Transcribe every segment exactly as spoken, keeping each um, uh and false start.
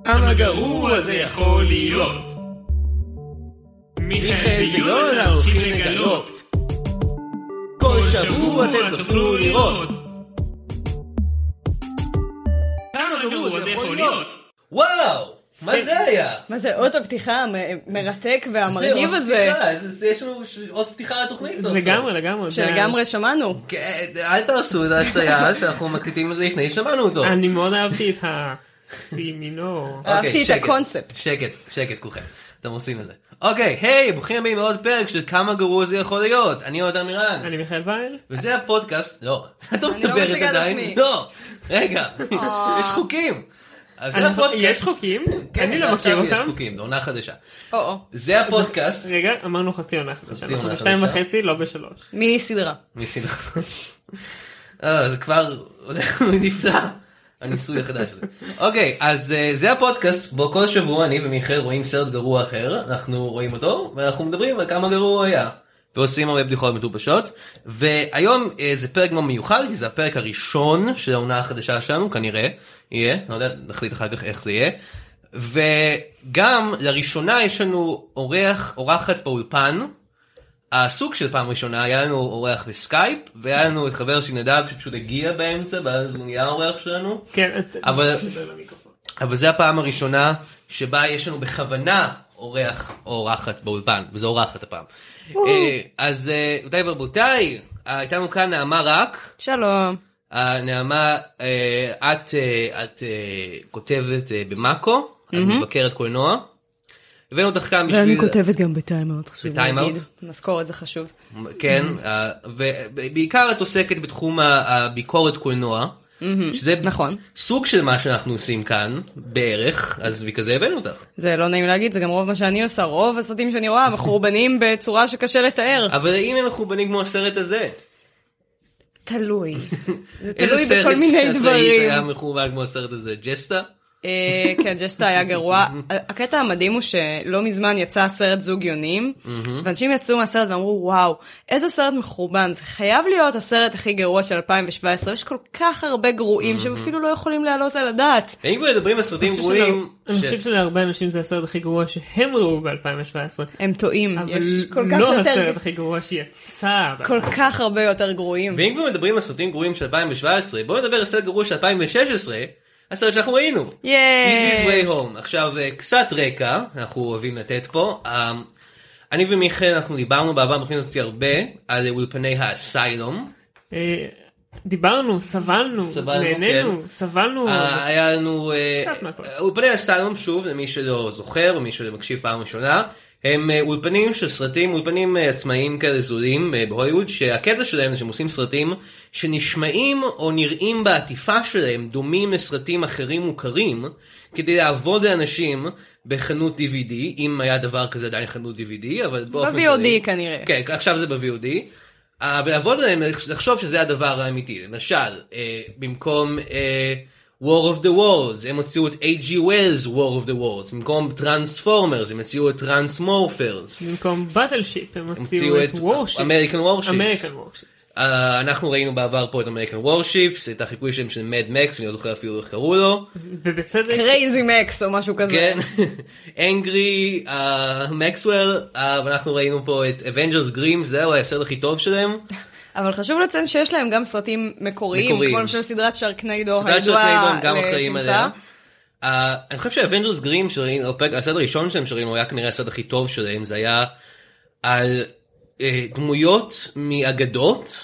כמה גרוע זה יכול להיות. מיכאל ויונה הולכים לגלות. כל שבוע אתם תוכלו לראות. כמה גרוע זה יכול להיות. וואו, מה זה היה? מה זה עוד הפתיחה המרתק והמרהיב הזה? יש לנו עוד פתיחה לתוכנית. לגמרי, לגמרי. שלגמרי שמענו. אל תעשו את ההצטיה שאנחנו מקליטים את זה לפני שמענו אותו. אני מאוד אהבתי את הסימינו. אהבתי את הקונספט. שקט, שקט כולכם. אתם עושים את זה. אוקיי, היי, ברוכים הבאים לעוד פרק של כמה גרוע זה יכול להיות. אני עוד אמירן. אני מיכאל וייל. וזה הפודקאסט, לא, אתה אני לא מדברת מציגה את עדיין? עצמי. לא, רגע, יש חוקים. אז זה הפודקאסט. יש חוקים? כן, אני לא מכיר עכשיו יש אותם. חוקים, בעונה חדשה. או-או. זה הפודקאסט. רגע, אמרנו חצי עונה חדשה. חצי עונה אנחנו בשתיים חדשה. וחצי, לא בשלוש. מיני סדרה. ניסינו. אה, זה כבר הולך נפלא. הניסוי החדש הזה. אוקיי, אז uh, זה הפודקאסט בו כל שבוע אני ומיכאל רואים סרט גרוע אחר, אנחנו רואים אותו ואנחנו מדברים על כמה גרוע הוא היה. ועושים הרבה בדיחות מטופשות, והיום uh, זה פרק מאוד מיוחד, כי זה הפרק הראשון של העונה החדשה שלנו, כנראה, יהיה, לא יודע, נחליט אחר כך איך זה יהיה. וגם לראשונה יש לנו אורח, אורחת באולפן, הסוג של פעם ראשונה היה לנו אורח בסקייפ, והיה לנו את חבר שנדב שפשוט הגיע באמצע, ואז הוא נהיה האורח שלנו. כן, אבל, אבל זה הפעם הראשונה שבה יש לנו בכוונה אורח או אורחת באולפן, וזו אורחת הפעם. אז די ורבותיי, הייתנו כאן נעמה רק. שלום. נעמה, את, את כותבת במאקו, את מבקרת קולנוע. הבאנו אותך כאן בשביל... ואני כותבת גם בטיימאוט, חשוב בטיימאוט? להגיד. משכורת זה חשוב. כן, ובעיקר את עוסקת בתחום הביקורת קולנוע, שזה נכון. סוג של מה שאנחנו עושים כאן, בערך, אז וכזה הבאנו אותך. זה לא נעים להגיד, זה גם רוב מה שאני עושה, רוב הסרטים שאני רואה מחורבנים בצורה שקשה לתאר. אבל אם הם מחורבנים כמו הסרט הזה? תלוי. זה תלוי בכל מיני איזה סרט דברים. היה מחורבן כמו הסרט הזה? ג'סטה? כן, ג'סטה היה גרוע. הקטע המדהים הוא שלא מזמן יצא סרט זוג יונים, ואנשים יצאו מהסרט ואמרו, וואו, איזה סרט מחורבן, זה חייב להיות הסרט הכי גרוע של אלפיים שבע עשרה, יש כל כך הרבה גרועים שאפילו לא יכולים לעלות על הדעת. אם כבר מדברים על סרטים גרועים... אני חושב שלהרבה אנשים זה הסרט הכי גרוע שהם ראו ב-אלפיים שבע עשרה. הם טועים, יש כל אבל כך לא יותר... הסרט הכי גרוע שיצא. כל כך הרבה יותר גרועים. ואם כבר מדברים על סרטים גרועים של אלפיים שבע עשרה, בואו נדבר על סרט גרוע של אלפיים ושש עשרה, הסרט שאנחנו ראינו. יש. Easy Way Home. עכשיו, קצת רקע, אנחנו אוהבים לתת פה. אני ומיכאל, אנחנו דיברנו בעבר, אנחנו עשיתי הרבה, על אולפני האסיילום. דיברנו, סבלנו, נהנינו, סבלנו. היה לנו... אולפני האסיילום, שוב, למי שלא זוכר, ומי שלא מקשיב פעם ראשונה, הם אולפנים של סרטים, אולפנים עצמאיים כאלה זולים בהוליווד, שהקטע שלהם זה שהם עושים סרטים שנשמעים או נראים בעטיפה שלהם דומים לסרטים אחרים מוכרים, כדי לעבוד לאנשים בחנות די וי די, אם היה דבר כזה עדיין חנות די וי די, אבל באופן ב-וי או די כנראה. כן, עכשיו זה ב-וי או די. ולעבוד עליהם, לחשוב שזה הדבר האמיתי. למשל, במקום... War of the Worlds, הם הוציאו את איי ג'י Wells War of the Worlds, במקום Transformers, הם הוציאו את Transmorphers. במקום Battleship, הם הוציאו את Warships. American Warships. American Warships. Uh, אנחנו ראינו בעבר פה את American Warships, את החיקוי שלהם של Mad Max, אני לא זוכר אפילו איך קראו לו. ובצדק. Crazy Max או משהו כזה. כן, Angry, uh, Maxwell, uh, ואנחנו ראינו פה את Avengers Grimm, זהו, הסרט הכי טוב שלהם. אבל חשוב לציין שיש להם גם סרטים מקוריים, כמו למשל סדרת שרקניידו, סדרת שרקניידו הם גם אחראים לשמצה. עליה. אני חושב שהאבנג'רס גרים שראינו, הסרט הראשון שלהם שראינו היה כנראה הסרט הכי טוב שלהם, זה היה על דמויות מאגדות,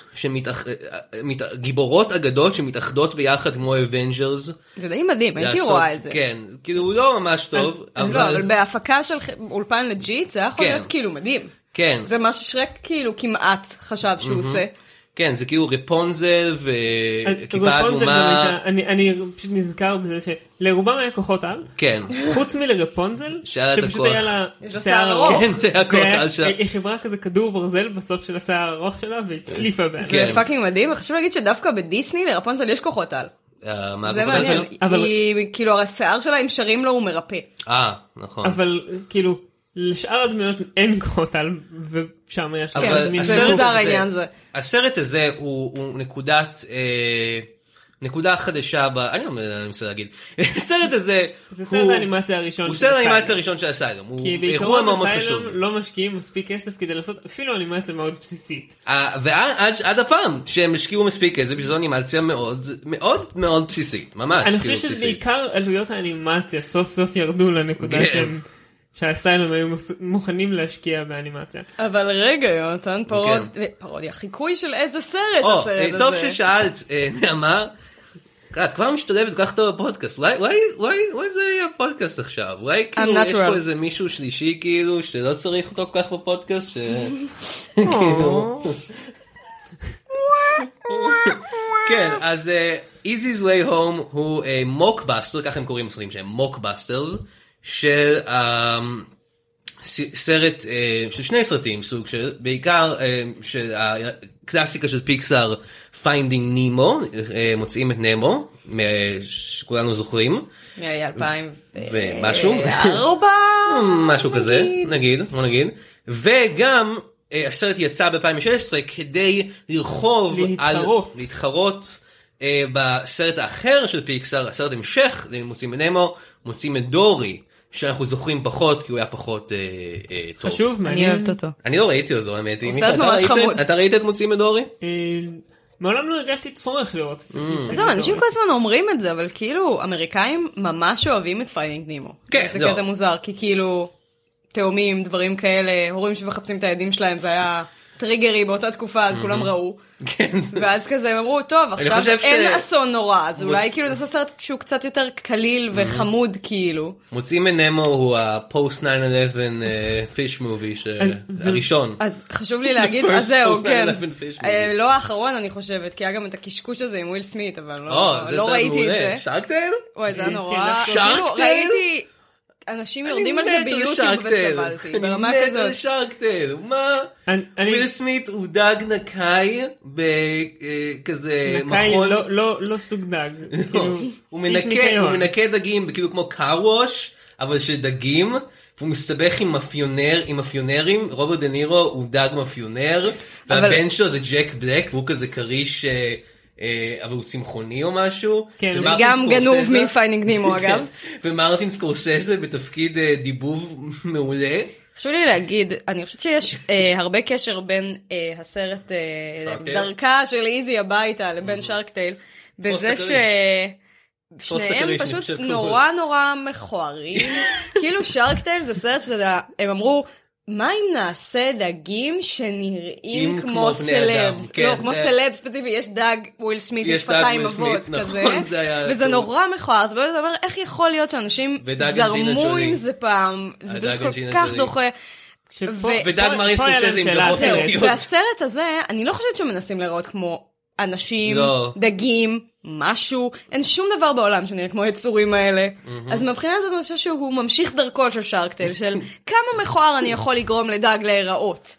גיבורות אגדות שמתאחדות ביחד כמו אבנג'רס. זה די מדהים, הייתי רואה את זה. כן, כאילו הוא לא ממש טוב. לא, אבל בהפקה של אולפן לג'יט זה יכול להיות כאילו מדהים. כן. זה מה ששרק כאילו כמעט חשב שהוא עושה. כן, זה כאילו רפונזל וכיפה אדומה. אני פשוט נזכר בזה שלרובם היה כוחות על. כן. חוץ מלרפונזל, שפשוט היה לה שיער ארוך. כן, זה הכוח על שלה. היא חברה כזה כדור ברזל בסוף של השיער הארוך שלה, והצליפה בה. זה פאקינג מדהים, וחשוב להגיד שדווקא בדיסני לרפונזל יש כוחות על. זה מעניין. היא כאילו הרי השיער שלה עם שרים לו הוא מרפא. אה, נכון. אבל כאילו... לשאר הדמויות אין כוחות על, ושם יש... כן, זה מוזר העניין הזה. הסרט הזה הוא נקודת נקודה חדשה ב... אני לא מנסה להגיד. הסרט הזה... זה סרט האנימציה הראשון. הוא סרט האנימציה הראשון של אסיילום. כי בעיקרון אסיילום לא משקיעים מספיק כסף כדי לעשות אפילו אנימציה מאוד בסיסית. ועד הפעם שהם השקיעו מספיק כסף, שזו אנימציה מאוד מאוד מאוד בסיסית. ממש. אני חושב שזה בעיקר עלויות האנימציה סוף סוף ירדו לנקודה שהם... שהאסיילום היו מוכנים להשקיע באנימציה. אבל רגע, יונתן, פרודיה, חיקוי של איזה סרט הסרט הזה. טוב ששאלת, נעמה, את כבר משתלבת כל כך טוב בפודקאסט, אולי זה יהיה פודקאסט עכשיו, אולי כאילו יש פה איזה מישהו שלישי כאילו, שלא צריך אותו כל כך בפודקאסט, שכאילו... כן, אז Easy's Way Home הוא מוקבאסטר, ככה הם קוראים סרטים שהם מוקבאסטרס, של סרט, של שני סרטים, סוג של, בעיקר של הקלאסיקה של פיקסאר, Finding Nemo, מוצאים את נמו, שכולנו זוכרים. מ-אלפיים ומשהו. ארבע? משהו כזה, נגיד, בוא נגיד. וגם הסרט יצא ב-אלפיים ושש עשרה כדי לרחוב, להתחרות. להתחרות בסרט האחר של פיקסאר, הסרט המשך, מוצאים את נמו, מוצאים את דורי. שאנחנו זוכרים פחות כי הוא היה פחות אה, אה, טוב. חשוב, מעניין. אני אוהבת אותו. אני לא ראיתי אותו, האמת. הוא סרט ממש חמוד. אתה ראית את מוצאים את דורי? אה, מעולם לא הרגשתי צורך לראות את זה. זהו, אנשים כל הזמן אומרים את זה, אבל כאילו, אמריקאים ממש אוהבים את פיינינג נימו. כן, זה לא. קטע מוזר, כי כאילו, תאומים, דברים כאלה, הורים שמחפשים את הילדים שלהם, זה היה טריגרי באותה תקופה, אז כולם ראו. כן. ואז כזה הם אמרו, טוב, עכשיו אין אסון נורא, אז אולי מוצ... כאילו נעשה סרט שהוא קצת יותר קליל וחמוד כאילו. מוצאים את נמו הוא הפוסט תשע אחת עשרה פיש מובי הראשון. אז חשוב לי להגיד, אז זהו, כן. לא האחרון אני חושבת, כי היה גם את הקשקוש הזה עם וויל סמית, אבל לא ראיתי את זה. שרקטייל? וואי, זה היה נורא. שרקטייל? ראיתי... אנשים יורדים על זה ביוטיוב וסבלתי, ברמה כזאת. אני מת על שרקטייל, מה? וויל סמית הוא דג נקאי בכזה מכון. נקאי, לא סוג דג. הוא מנקה דגים, כאילו כמו קארוש, אבל של דגים, והוא מסתבך עם מאפיונר, עם מאפיונרים, רוברט דה נירו הוא דג מאפיונר, והבן שלו זה ג'ק בלק, והוא כזה קריש... אבל הוא צמחוני או משהו. גם גנוב מפיינינג נימו אגב. ומרטין סקורסזה בתפקיד דיבוב מעולה. חשוב לי להגיד, אני חושבת שיש הרבה קשר בין הסרט דרכה של איזי הביתה לבין שרקטייל, בזה ששניהם פשוט נורא נורא מכוערים. כאילו שרקטייל זה סרט שהם אמרו, מה אם נעשה דגים שנראים כמו סלבס? לא, כמו סלבס ספציפי, יש דג וויל סמית, יש שפתיים אבות כזה, וזה נורא מכוער, זה באמת אומר, איך יכול להיות שאנשים זרמו עם זה פעם, זה פשוט כל כך דוחה. ודג מריס סקורסזה עם גבות ענקיות. והסרט הזה, אני לא חושבת שמנסים לראות כמו אנשים, דגים, משהו, אין שום דבר בעולם שנראה כמו היצורים האלה. אז מבחינה הזאת אני חושב שהוא ממשיך דרכו של שרקטייל, של כמה מכוער אני יכול לגרום לדג להיראות.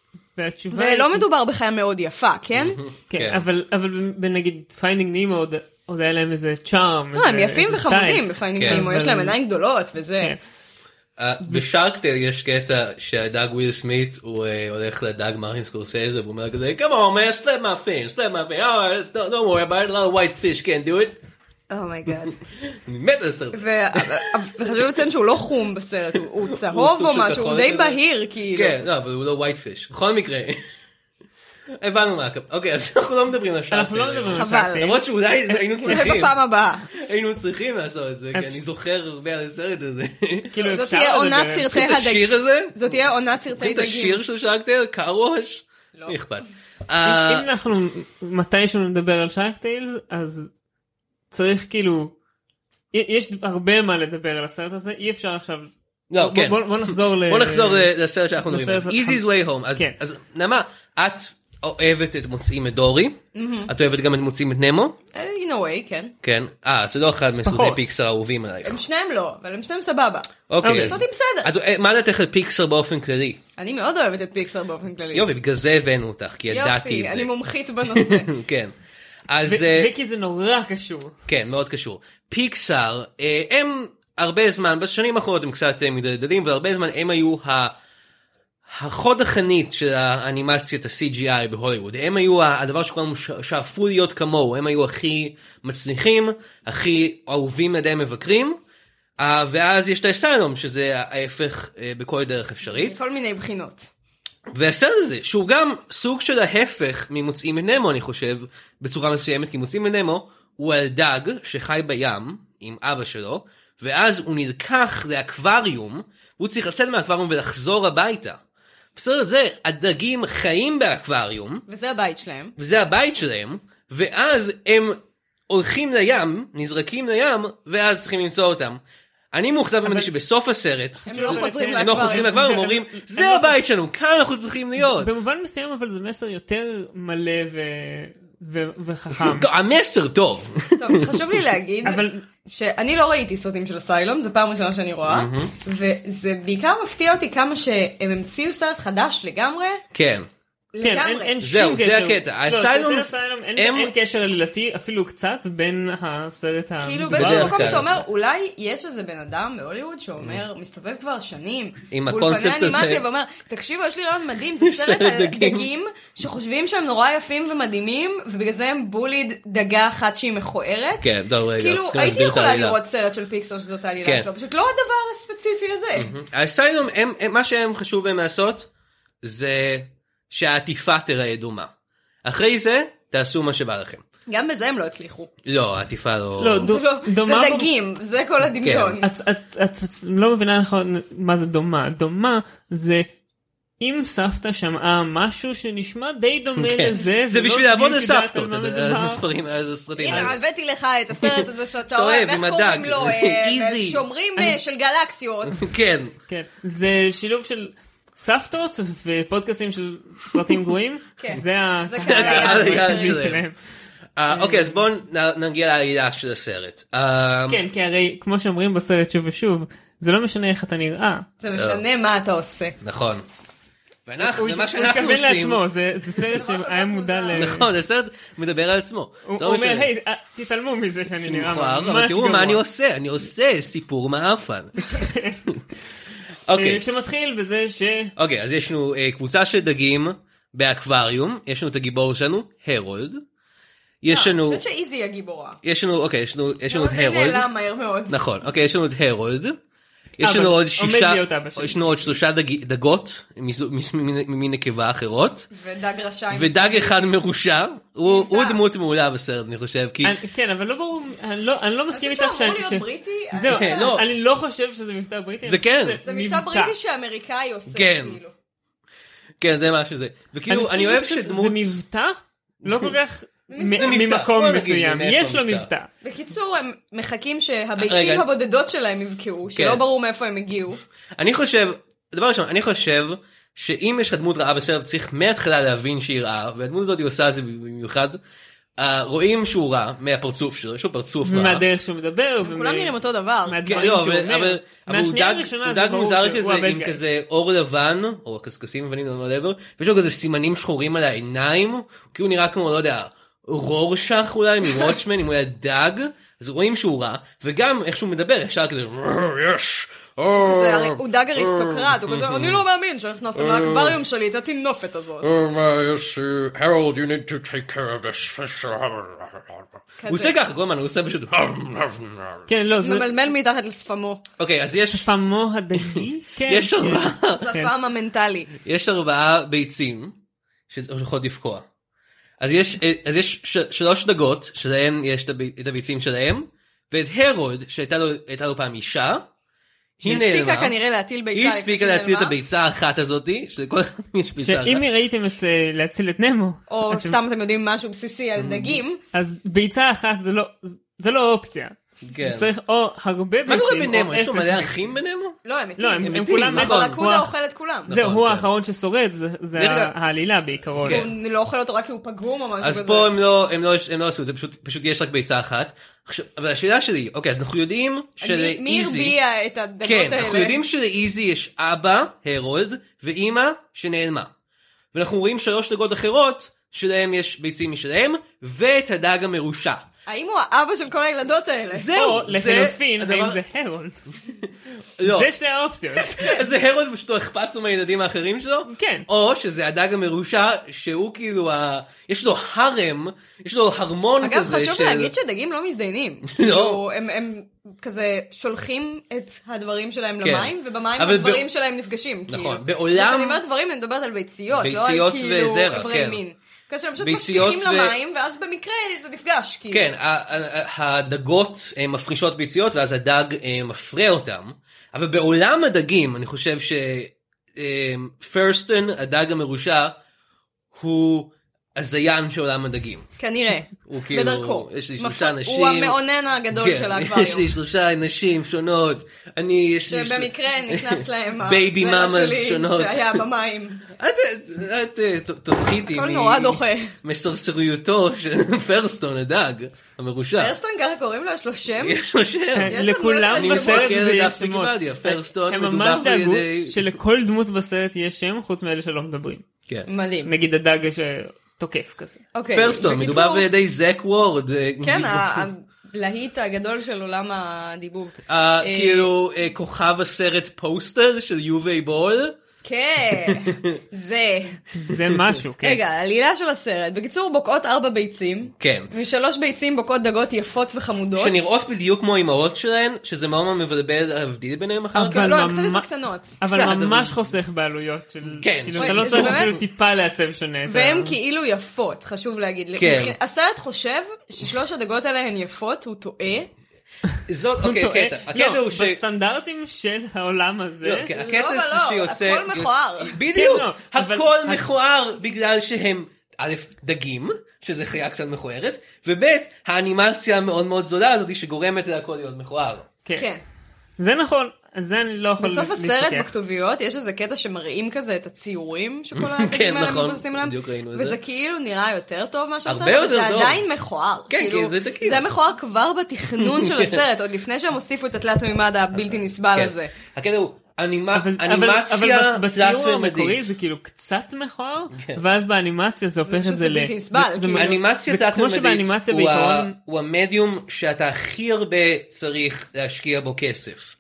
ולא מדובר בחיה מאוד יפה, כן? כן, אבל בנגיד פיינינג נימו עוד היה להם איזה צ'ארם. לא, הם יפים וחמודים בפיינינג נימו, יש להם עיניים גדולות וזה. בשרקטייל יש קטע שהדג וויל סמית הוא הולך לדג מרטין סקורסזה והוא אומר כזה, come on man, slap my fin, slap my fin, oh, don't worry about it, a lot of white fish can't do it. אומייגאד. אני מת על הסרט. וחשוב לציין שהוא לא חום בסרט, הוא צהוב או משהו, הוא די בהיר כאילו. כן, לא, אבל הוא לא white fish. בכל מקרה. הבנו מה, אוקיי, אז אנחנו לא מדברים על שרקטייל. אנחנו לא מדברים על שרקטייל. למרות שאולי היינו צריכים. אולי בפעם הבאה. היינו צריכים לעשות את זה, כי אני זוכר הרבה על הסרט הזה. זאת תהיה עונת סרטי הדגים. את השיר הזה? זאת תהיה עונת סרטי דגים. את השיר של שרקטייל, קארוש? לא אכפת. אם אנחנו מתישהו נדבר על שרקטייל, אז צריך כאילו, יש הרבה מה לדבר על הסרט הזה, אי אפשר עכשיו, בוא נחזור בוא נחזור לסרט שאנחנו נראים. Easy's Way Home. אז נעמה, את אוהבת את מוצאים את דורי, את אוהבת גם את מוצאים את נמו? In a way, כן. כן, אה, זה לא אחד מסרטי פיקסאר האהובים עלייך. הם שניהם לא, אבל הם שניהם סבבה. אוקיי. סרטים בסדר. מה דעתך על פיקסאר באופן כללי? אני מאוד אוהבת את פיקסאר באופן כללי. יופי, בגלל זה הבאנו אותך, כי ידעתי את זה. יופי, אני מומחית בנושא. כן. וכי זה נורא קשור. כן, מאוד קשור. פיקסאר, הם הרבה זמן, בשנים האחרונות הם קצת מדלדלים, והרבה זמן הם היו החוד החנית של האנימציית ה-סי ג'י איי בהוליווד, הם היו הדבר שכולם שאפו להיות כמוהו, הם היו הכי מצליחים, הכי אהובים לידי מבקרים, ואז יש את האסיילום, שזה ההפך בכל דרך אפשרית. מכל מיני בחינות. והסרט הזה, שהוא גם סוג של ההפך ממוצאים מנמו, אני חושב, בצורה מסוימת, כי מוצאים מנמו הוא על דג שחי בים עם אבא שלו, ואז הוא נלקח לאקווריום, והוא צריך לצאת מהאקווריום ולחזור הביתה. בסדר זה, הדגים חיים באקווריום. וזה הבית שלהם. וזה הבית שלהם, ואז הם הולכים לים, נזרקים לים, ואז צריכים למצוא אותם. אני מאוכזב ממני שבסוף הסרט, הם לא חוזרים הם לא חוזרים לאקווריום, הם אומרים, זה הבית שלנו, כאן אנחנו צריכים להיות. במובן מסוים, אבל זה מסר יותר מלא וחכם. המסר טוב. טוב, חשוב לי להגיד, שאני לא ראיתי סרטים של אסיילום, זה פעם ראשונה שאני רואה, וזה בעיקר מפתיע אותי כמה שהם המציאו סרט חדש לגמרי. כן. כן, אין שום זהו, קשר. זה הקטע. האסיילום, אין קשר עלילתי, אפילו קצת, בין הסרט המדובר. כאילו באיזשהו מקום אתה אומר, אולי יש איזה בן אדם בהוליווד שאומר, מסתובב כבר שנים, עם הקונספט הזה, ואומר, תקשיבו, יש לי רעיון מדהים, זה סרט על דגים, שחושבים שהם נורא יפים ומדהימים, ובגלל זה הם בוליד דגה אחת שהיא מכוערת. כן, טוב רגע. כאילו, הייתי יכולה לראות סרט של פיקסאר שזאת העלילה שלו, פשוט לא הדבר הספציפי הזה. האסיילום, מה שהם חשוב להם לעשות, זה שהעטיפה תראה דומה. אחרי זה, תעשו מה שבא לכם. גם בזה הם לא הצליחו. לא, העטיפה לא... לא, דומה... זה דגים, זה כל הדמיון. את לא מבינה נכון מה זה דומה. דומה זה... אם סבתא שמעה משהו שנשמע די דומה לזה, זה בשביל לעבוד על סבתות, הספרים, הסרטים. הנה, הבאתי לך את הסרט הזה שאתה אוהב, איך קוראים לו? שומרים של גלקסיות. כן. זה שילוב של... סבתות ופודקאסטים של סרטים גרועים, זה הקהל שלהם. אוקיי, אז בואו נגיע לעלילה של הסרט. כן, כי הרי כמו שאומרים בסרט שוב ושוב, זה לא משנה איך אתה נראה. זה משנה מה אתה עושה. נכון. הוא התכוון לעצמו, זה סרט שהיה מודע ל... נכון, הסרט מדבר על עצמו. הוא אומר, היי, תתעלמו מזה שאני נראה ממש גרוע. אבל תראו מה אני עושה, אני עושה סיפור מאפן. אוקיי. שמתחיל בזה ש... אוקיי, אז יש לנו קבוצה של דגים באקווריום, יש לנו את הגיבור שלנו, הרולד. יש לנו... אני חושבת שאיזי הגיבורה. יש לנו, אוקיי, יש לנו את הרולד. זה נעלם מהר מאוד. נכון, אוקיי, יש לנו את הרולד. יש לנו עוד שישה, יש לנו עוד שלושה דגות, ממין נקבה אחרות. ודג רשיים. ודג אחד מרושע. הוא דמות מעולה בסרט, אני חושב. כן, אבל לא ברור, אני לא מסכים איתך שאני... אני חושב שאמור להיות בריטי. זהו, אני לא חושב שזה מבטא בריטי. זה כן. זה מבטא בריטי שאמריקאי עושה. כן. כן, זה מה שזה. וכאילו, אני אוהב שדמות... זה מבטא? לא כל כך... ממקום מסוים, יש לו מבטא. בקיצור, הם מחכים שהביצים הבודדות שלהם יבקעו, שלא ברור מאיפה הם הגיעו. אני חושב, דבר ראשון, אני חושב שאם יש לך דמות רעה בסרט, צריך מההתחלה להבין שהיא רעה, והדמות הזאת היא עושה את זה במיוחד. רואים שהוא רע מהפרצוף שלו, יש לו פרצוף רע. מהדרך שהוא מדבר. כולם נראים אותו דבר. מהדברים שהוא אומר. מהשנייה הראשונה זה ברור שהוא הבד גאי. עם כזה אור לבן, או קסקסים לבנים, ויש לו כזה סימנים שחורים על העיניים, הוא כאילו נראה כמו, לא יודע, רורשך אולי, מוואטשמן, אם הוא היה דג, אז רואים שהוא רע, וגם איך שהוא מדבר, ישר כזה, יש, הוא דג אריסטוקרט, הוא כזה, אני לא מאמין שהכנסתם לאקווריום שלי את הטינופת הזאת. הרולד, you need to take care of this fish. הוא עושה ככה, כל הזמן, הוא עושה פשוט, כן, לא, זה... ממלמל מתחת לשפמו. אוקיי, אז יש... שפמו הדגי? יש ארבעה... שפם המנטלי. יש ארבעה ביצים שיכולות לפקוע. אז יש, אז יש ש, שלוש דגות שלהן יש את הביצים שלהם, ואת הרולד שהייתה לו, הייתה לו פעם אישה, היא נעלמה. הספיקה כנראה להטיל ביצה. היא הספיקה להטיל את הביצה האחת הזאתי, שלכל אחד יש ביצה אחת. שאם ראיתם את להציל את נמו. או סתם אתם יודעים משהו בסיסי על דגים. אז ביצה אחת זה לא, זה לא אופציה. צריך או הרבה ביצים. מה קורה בנמו? יש לו מלא אחים בנמו? לא, הם מתים. לא, הם כולם... הברקודה אוכל את כולם. זהו, הוא האחרון ששורד, זה העלילה בעיקרון. הוא לא אוכל אותו רק כי הוא פגום או משהו כזה. אז פה הם לא עשו את זה, פשוט יש רק ביצה אחת. אבל השאלה שלי, אוקיי, אז אנחנו יודעים שלאיזי... מי הרביע את הדגות האלה? כן, אנחנו יודעים שלאיזי יש אבא, הרולד, ואימא שנעלמה. ואנחנו רואים שלוש דגות אחרות, שלהם יש ביצים משלהם, ואת הדג המרושע. האם הוא האבא של כל הילדות האלה? זהו, או לחלופין, האם זה הרולד? לא. זה שתי האופציות. זה הרולד פשוט לא אכפת לו מהילדים האחרים שלו? כן. או שזה הדג המרושע, שהוא כאילו, ה... יש לו הרם, יש לו הרמון אגב, כזה חשוב של... להגיד שדגים לא מזדיינים. לא. כאילו, הם, הם כזה שולחים את הדברים שלהם כן. למים, ובמים אבל הדברים ב... שלהם נפגשים. נכון, כאילו. בעולם... כשאני אומרת דברים, אני מדברת על ביציות, ביציות לא על כאילו וזרע, איברי כן. מין. כאשר הם פשוט ביציות משפיכים ו- למים, ואז במקרה זה נפגש. כאילו. כן, ה- ה- הדגות אה, מפרישות ביציות, ואז הדג אה, מפרה אותם. אבל בעולם הדגים, אני חושב שפרסטון, הדג המרושע, הוא הזיין של עולם הדגים. כנראה, הוא כאילו, בדרכו. יש לי מפ- שלושה אנשים. הוא המעונן הגדול כן, של האקווריום. יש לי שלושה נשים שונות. אני, יש לי... שבמקרה נכנס להם בייבי הזרע ממאס שלי שונות. שהיה במים. את, את, את תופחיתי הכל נורא דוחה. מסרסריותו של פרסטון, הדג המרושע. פרסטון ככה קוראים לו, יש לו שם? יש לו שם. יש לנו לכולם את השמות. בסרט כן, זה דף יש שמות. ויקיפדיה, פרסטון, הם מדובר ממש דאגו בידי- שלכל דמות בסרט יש שם, חוץ מאלה שלא מדברים. כן. מדהים. נגיד הדג שתוקף כזה. אוקיי, פרסטון, בקיצור, מדובר בידי זק וורד. אה, כן, ה- הלהיט הגדול של עולם הדיבוב. אה, כאילו אה, כוכב הסרט פוסטר של יובי בול. כן, זה. זה משהו, כן. רגע, העלילה של הסרט. בקיצור, בוקעות ארבע ביצים. כן. משלוש ביצים בוקעות דגות יפות וחמודות. שנראות בדיוק כמו אמהות שלהן, שזה מאוד מאוד מבלבל להבדיל ביניהם אחר כך. אבל לא, הן קצת ממש- יותר קטנות. אבל קצת, ממש אבל- חוסך בעלויות של... כן. כאילו, אוי, אתה לא זה צריך באמת- אפילו טיפה לעצב שונה. את והן ה- כאילו יפות, חשוב להגיד. כן. מבחין- הסרט חושב ששלוש הדגות האלה הן יפות, הוא טועה. זאת, הוא אוקיי, טועה. הקטע. הקטע לא, הוא ש... בסטנדרטים של העולם הזה, לא, כן, הקטע אבל זה לא, שיוצא... הכל מכוער. בדיוק, כן, לא, אבל- הכל מכוער בגלל שהם א', דגים, שזה חיה קצת מכוערת, וב', האנימציה המאוד מאוד זולה הזאת שגורמת להכל להיות מכוער. כן. כן. זה נכון, על זה אני לא יכול בסוף הסרט להתווכח. בכתוביות יש איזה קטע שמראים כזה את הציורים שכל הדגים כן, האלה נכון, מבוססים להם, בדיוק ראינו את זה. וזה כאילו נראה יותר טוב מאשר הרבה הסרט, יותר אבל זה טוב. עדיין מכוער. כן, כאילו, כי זה דגים. זה מכוער כבר בתכנון של הסרט, עוד לפני שהם הוסיפו את התלת מימד הבלתי נסבל כן. הזה. הקטע הוא אנימה- אבל, אבל, אנימציה אבל בציור תלת-ממדית. המקורי זה כאילו קצת מכוער, כן. ואז באנימציה זה הופך פשוט את זה זה ל... בלתי נסבל, זה- כאילו. זה- אנימציה זה כמו תלת-ממדית שבאנימציה הוא ה- בעיקרון... הוא המדיום שאתה הכי הרבה צריך להשקיע בו כסף.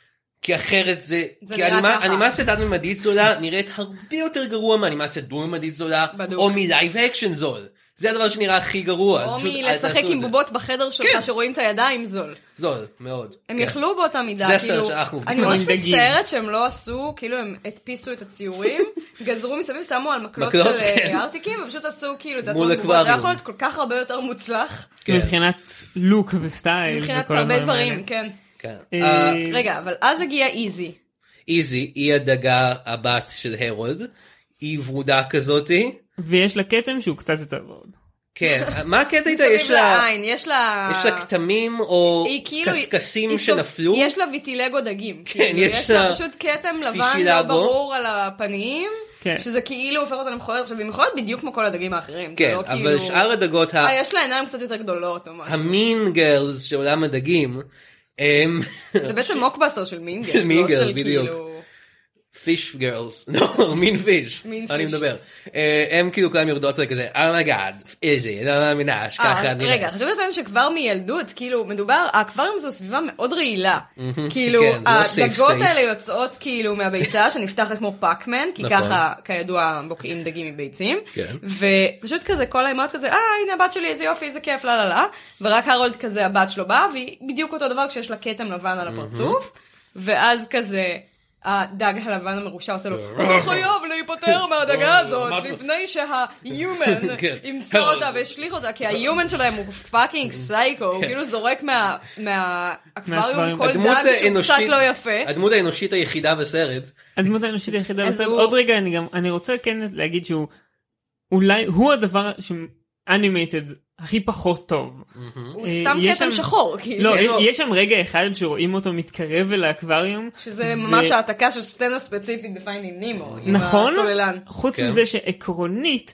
כי אחרת זה, זה כי נראה אנימה- ככה. אנימציה תלת-ממדית זולה נראית הרבה יותר גרוע מאנימציה דו-ממדית זולה, בדוק. או מלייב אקשן זול. זה הדבר שנראה הכי גרוע. או פשוט אל מלשחק תעשו עם את זה. בובות בחדר שלך כן. שרואים את הידיים זול. זול, מאוד. הם כן. יכלו באותה מידה, זה הסרט כאילו, שאנחנו אני עובדים. ממש עם דגים. מצטערת שהם לא עשו, כאילו הם הדפיסו את הציורים, גזרו מסביב, שמו על מקלות מקלות, של כן. אה, ארטיקים, ופשוט עשו כאילו את מול התיאטרון בובות. זה אקווריום. יכול להיות כל כך הרבה יותר מוצלח, כן. מבחינת לוק וסטייל מבחינת וכל הרבה הדברים דברים, האלה. כן. כן. אה, אה, רגע, אבל אז הגיע איזי. איזי, היא הדגה הבת של הרולד, היא ורודה כזאתי. ויש לה כתם שהוא קצת יותר ורוד. כן, מה הקטע איתה? מסביב יש לה... לעין, יש לה... יש לה כתמים או היא כאילו- קשקשים היא סוף- שנפלו? יש לה ויטילגו דגים. כן, כאילו, יש יש לה לה פשוט כתם לבן לא פישילגו. ברור על הפנים, כן. שזה כאילו הופך אותה למכוערת. עכשיו, היא מכוערת בדיוק כמו כל הדגים האחרים. זה כן, לא אבל כאילו- שאר הדגות, ה- אה, יש לה עיניים קצת יותר גדולות או משהו. המין גרלס של עולם הדגים, הם זה בעצם מוקבאסטר של מינגלס, של מינגלס, לא של בדיוק. כאילו... פיש גרלס, לא, מין פיש, מין אני פיש. מדבר. אה, הם כאילו כולם יורדות לכזה, אומייגאד, איזה, לא מאמינה, שככה אה, נראית. רגע, חשוב לציין שכבר מילדות, כאילו, מדובר, האקווריום זו סביבה מאוד רעילה. כאילו, כן, זה לא safe הדגות space. האלה יוצאות כאילו מהביצה שנפתחת כמו פאקמן, כי נכון. ככה, כידוע, בוקעים דגים מביצים. כן. ופשוט כזה, כל האימהות כזה, אה, הנה הבת שלי, איזה יופי, איזה כיף, לא, לא, לא. ורק הרולד כזה, הבת שלו באה, והיא בדיוק אותו דבר כשיש לה כתם לבן על הפרצוף, ואז כזה... הדג הלבן המרושע עושה לו, אתה חייב להיפטר מהדגה הזאת, לפני שהיומן כן. ימצא אותה והשליך אותה, כי היומן שלהם הוא פאקינג סייקו, הוא כאילו זורק מהאקווריום מהאקווריום. כל הדמות דג שהוא קצת האנושית- לא יפה. הדמות האנושית היחידה בסרט. הדמות האנושית היחידה אז בסרט. הוא- עוד רגע אני גם, אני רוצה כן להגיד שהוא, אולי, הוא הדבר שאנימייטד הכי פחות טוב. הוא אה, סתם יש כתם שם- שחור, כאילו. לא, כן, לא. יש שם רגע אחד שרואים אותו מתקרב אל האקווריום. שזה ממש העתקה של סצנה ספציפית בפיינדינג נימו. עם נכון, הסוללן. חוץ כן. מזה שעקרונית,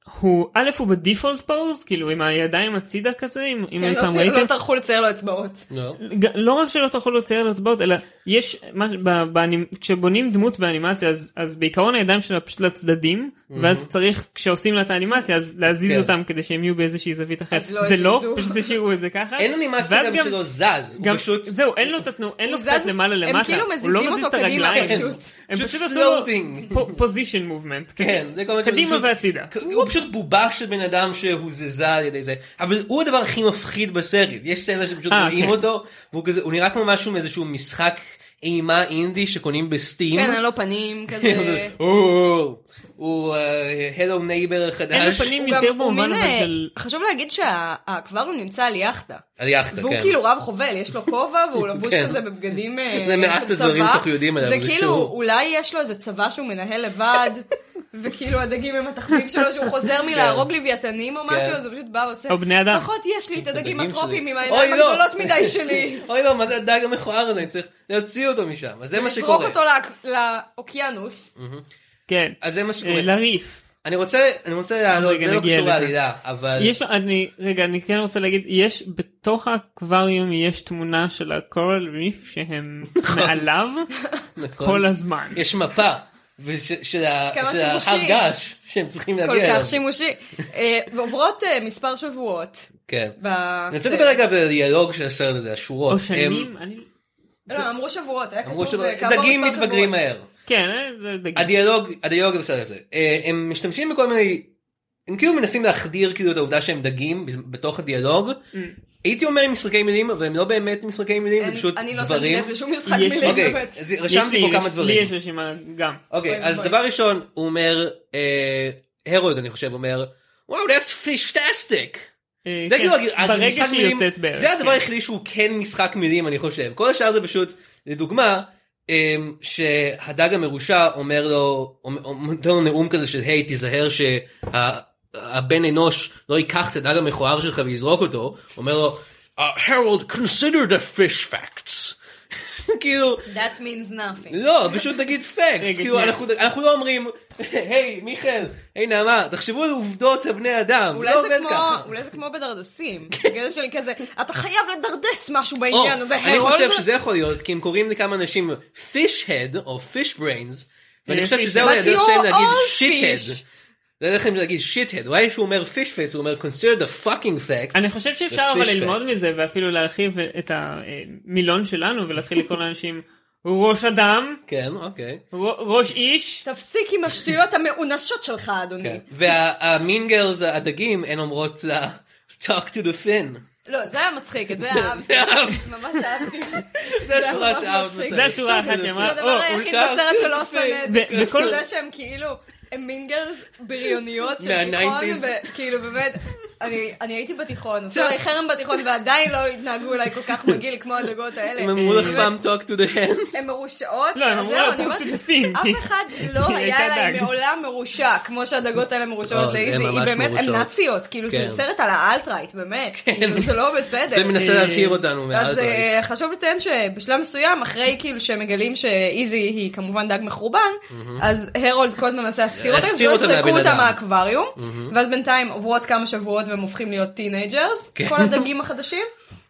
הוא, א' הוא בדיפולט פוז, כאילו עם הידיים הצידה כזה, אם אם אי פעם כן, ראיתם. לא טרחו לצייר לו אצבעות. לא. ג- לא רק שלא תוכלו לצייר לו אצבעות, אלא יש, מה ש- ב- באנימ- כשבונים דמות באנימציה, אז, אז בעיקרון הידיים שלה פשוט לצדדים, ואז צריך, כשעושים לה את האנימציה, אז להזיז כן. אותם כדי שהם יהיו באיזושהי זווית אחרת. אז לא זה לא, הזיזו. פשוט השאירו את זה ככה. אין אנימציה ואז גם שלו זז, הוא גם, פשוט... זהו, אין לו את התנועה, אין לו הוא קצת זז- למעלה הם למטה. כאילו הוא מזיזים לא מזיז אותו את קדימה הרגליים. פשוט. הם פשוט פשוט עשו לו floating. פוזיישן מובמנט. כן, זה כל מה שהוא קדימה פשוט- והצידה. הוא פשוט בובה של בן אדם שהוא זזה על ידי זה, אבל הוא הדבר הכי מפחיד בסרט. יש סצנה שפשוט אה, רואים כן. אותו, והוא כזה, הוא נראה כמו משהו מאיזשהו משחק אימה אינדי שקונים בסטים. כן, אין לו פנים כזה. הוא- הוא הלו נייבר חדש. אין לו פנים הוא גם- יותר הוא במובן מין, אבל אה, של... חשוב להגיד שהאקווריום נמצא על יאכטה. על יאכטה, והוא כן. כאילו רב חובל, יש לו כובע והוא לבוש כן. כזה בבגדים אה, זה מעט של הדברים צבא. שאנחנו יודעים עליו, זה זה כאילו, שהוא- אולי יש לו איזה צבא שהוא מנהל לבד, וכאילו הדגים הם התחביב שלו שהוא חוזר מלהרוג לוויתנים או משהו, אז הוא פשוט בא ועושה, או בני אדם. לפחות יש לי את הדגים הדגים הטרופיים שלי. עם העיניים אוי, לא. הגדולות מדי שלי. אוי לא, מה זה הדג המכוער הזה? אני צריך להוציא אותו משם. אז זה מה לזרוק שקורה. אותו לאק- לאוקיינוס. כן. אז זה מה אה, שקורה. לריף. אני רוצה, אני רוצה לעלות, רגע, זה לא נגיע קשור לזה. לעלילה, אבל... יש, אני, רגע, אני כן רוצה להגיד, יש, בתוך האקווריום יש תמונה של הקורל ריף שהם מעליו נכון. כל הזמן. יש מפה וש- של ה- כמה של ההר שימושי. געש שהם צריכים כל להגיע אליו. כך שימושי. אה, ועוברות אה, מספר שבועות. כן. בסרט. אני רוצה לדבר רגע על הדיאלוג של הסרט הזה, השורות. או שנים, אני... לא, אמרו שבועות, היה אמרו כתוב שבדגים כעבור מספר מתבגרים שבועות. מהר. כן, אה, זה דגים. הדיאלוג, הדיאלוג בסרט הזה. אה, הם משתמשים בכל מיני, הם כאילו מנסים להחדיר כאילו את העובדה שהם דגים בתוך הדיאלוג. הייתי אומר עם משחקי מילים, אבל הם לא באמת משחקי מילים, זה אין- פשוט אני לא שמתי דברים. לב לשום משחק יש- מילים אוקיי, באמת. אז יש רשמתי לי, פה יש- כמה לי דברים. יש רשימה גם. אוקיי, אוי, אז אוי. דבר ראשון, הוא אומר, אה, הרולד אני חושב אומר, וואו, that's fishtastic. אה, זה כן, כאילו, אז ברגע משחק שהיא מילים, יוצאת בערך. זה הדבר כן. היחידי שהוא כן משחק מילים אני חושב, כל השאר זה פשוט, לדוגמה, אמ, שהדג המרושע אומר לו, נותן לו נאום כזה של היי תיזהר שהבן אנוש לא ייקח את הדג המכוער שלך ויזרוק אותו, אומר לו, Harold consider the fish facts. כאילו, That means nothing. לא, פשוט תגיד facts, רגע, כאילו שנייה. אנחנו אנחנו לא אומרים, היי מיכאל, היי נעמה, תחשבו על עובדות הבני אדם, אולי לא זה עובד כמו, ככה. אולי זה כמו בדרדסים. בגלל של כזה, אתה חייב לדרדס משהו או, בעניין הזה, אני הרולד. חושב שזה יכול להיות, כי הם קוראים לכמה אנשים fish head או fish brains, ואני אה, חושב fish שזה head. אולי But הדרך you're שלהם להגיד all shit fish. head. זה הדרך שלהם להגיד shit head, אולי שהוא אומר fish face, הוא אומר consider the fucking facts. אני חושב שאפשר The אבל fish ללמוד facts. מזה ואפילו להרחיב את המילון שלנו ולהתחיל לקרוא לאנשים ראש אדם, כן, אוקיי. ר- ראש איש. תפסיק עם השטויות המאונשות שלך, אדוני. כן. והמין גרלס הדגים הן אומרות לה, talk to the fin. לא, זה היה מצחיק, את זה אהבתי. זה אהבתי. ממש אהבתי. זה היה השורה ממש שאהבת מצחיק. בסרט. זה השורה אחת שאמרה, זה הדבר או, היחיד הוא בסרט שר שלא צופי. שונאת. ו- וכל- זה שהם כאילו, הם מינגרס בריוניות של מה-ניינטיז. תיכון, וכאילו באמת, אני אני הייתי בתיכון, עשו עליי חרם בתיכון, ועדיין לא התנהגו אליי כל כך מגעיל כמו הדגות האלה. הם אמרו לך באמת, פעם talk to the hand. הן מרושעות, לא, הם אז אמרו זהו, לה, אני אומרת, "talk to the fin", כי- אף אחד לא היא היה הייתה להם דג. מעולם מרושע, כמו שהדגות האלה מרושעות לא, לאיזי, הן היא ממש באמת, הן מרושעות. נאציות, כאילו כן. זה סרט על האלטרייט, באמת, כאילו זה לא בסדר. זה מנסה להזהיר אותנו אז מהאלטרייט. אה, חשוב לציין שבשלב מסוים, אחרי כאילו שהם מגלים שאיזי היא כמובן דג מחורבן, אז הרולד כל הזמן מנסה להסתיר אותם, להסתיר שלא אותם יזרקו מהבן אותם אדם. מהאקווריום, ואז בינתיים עוברות כמה שבועות והם הופכים להיות טינג'רס, כן. כל הדגים החדשים.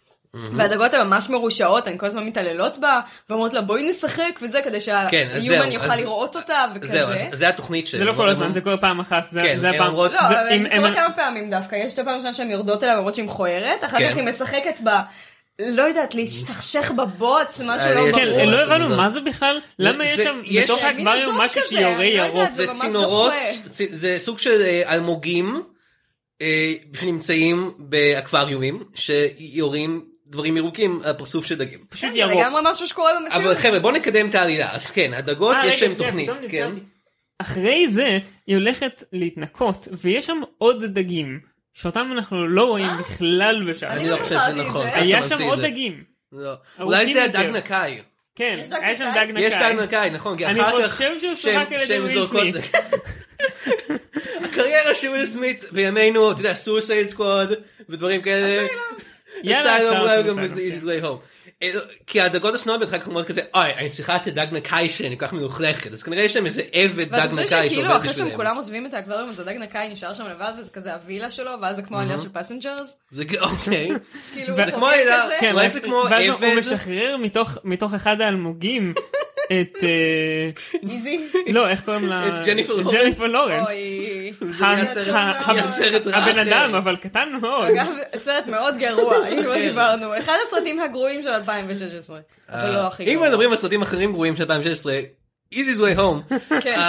והדגות הן ממש מרושעות, הן כל הזמן מתעללות בה, ואומרות לה בואי נשחק וזה, כדי כן, אז שהיומן זהו, יוכל אז- לראות אותה וכזה. זהו, אז זה התוכנית שלהם. זה לא כל הזמן, זה קורה פעם אחת, זה כן, זה הן הפעם. אומרות- לא, זה- אבל אם- זה אם- קורה כמה פעמים דווקא, יש את הפעם הראשונה שהן יורדות אליה למרות שהיא מכוערת, אחר כן. כך היא משחקת בה, לא יודעת, להשתכשך בבוץ, משהו אה, לא יש- כן, ברור. לא זה- הבנו זה- מה זה בכלל, למה יש זה- שם יש- בתוך מין האקווריום זום משהו כזה, שיורה אני לא ירוק. יודעת, זה זה ממש צינורות, דוחה. צ- זה סוג של אה, אלמוגים אה, שנמצאים באקווריומים שיורים דברים ירוקים על פרצוף של דגים. פשוט זה ירוק. לגמרי משהו שקורה במציאות. אבל חבר'ה בוא נקדם את העלילה, אז כן, הדגות אה, רגע, יש להם שנייה, תוכנית, פתאום כן. נזכרתי. אחרי זה היא הולכת להתנקות ויש שם עוד דגים שאותם אנחנו לא רואים בכלל בשעה. אני אני לא לא חושב זכרתי שזה את נכון. זה. איך היה אתה שם ממציא עוד את זה? דגים. לא. ארוכים אולי זה הדג יותר. נקאי. כן, יש דג היה שם נקאי? דג נקאי. יש דג נקאי, נכון, כי אני אחר כך חושב שהוא שהם- שוחק על ידי שהם וויל זורקות- סמית. הקריירה של וויל סמית בימינו, אתה יודע, סוסייד סקוואד ודברים כאלה. יאללה, אסylum, אפשר אולי לעשות גם אסylum, איזה כן. Easy Way Home. כי הדגות הסנועות בדרך כלל כזה, אוי, אני צריכה את הדג נקאי שלי, אני כל כך מלוכלכת, אז כנראה יש להם איזה עבד דג נקאי שעובד בשבילם. ואתה חושב שכאילו אחרי שהם כולם עוזבים את האקווריום, אז הדג נקאי נשאר שם לבד, וזה כזה הווילה שלו, ואז זה כמו העלייה של פסנג'רס? זה אוקיי. כאילו, זה כמו העלייה, אולי זה כמו ואז עבד. הוא משחרר מתוך אחד האלמוגים את... איזי? לא, איך קוראים לה? את ג'ניפר ג'ניפר לורנס. אוי. הבן אדם, אבל קטן מאוד. אגב, סרט מאוד גרוע, אם לא דיברנו. אחד הסרטים הגרועים של אלפיים ושש עשרה. אבל לא הכי גרוע. אם מדברים על סרטים אחרים גרועים של אלפיים ושש עשרה, Easy's Way Home. כן.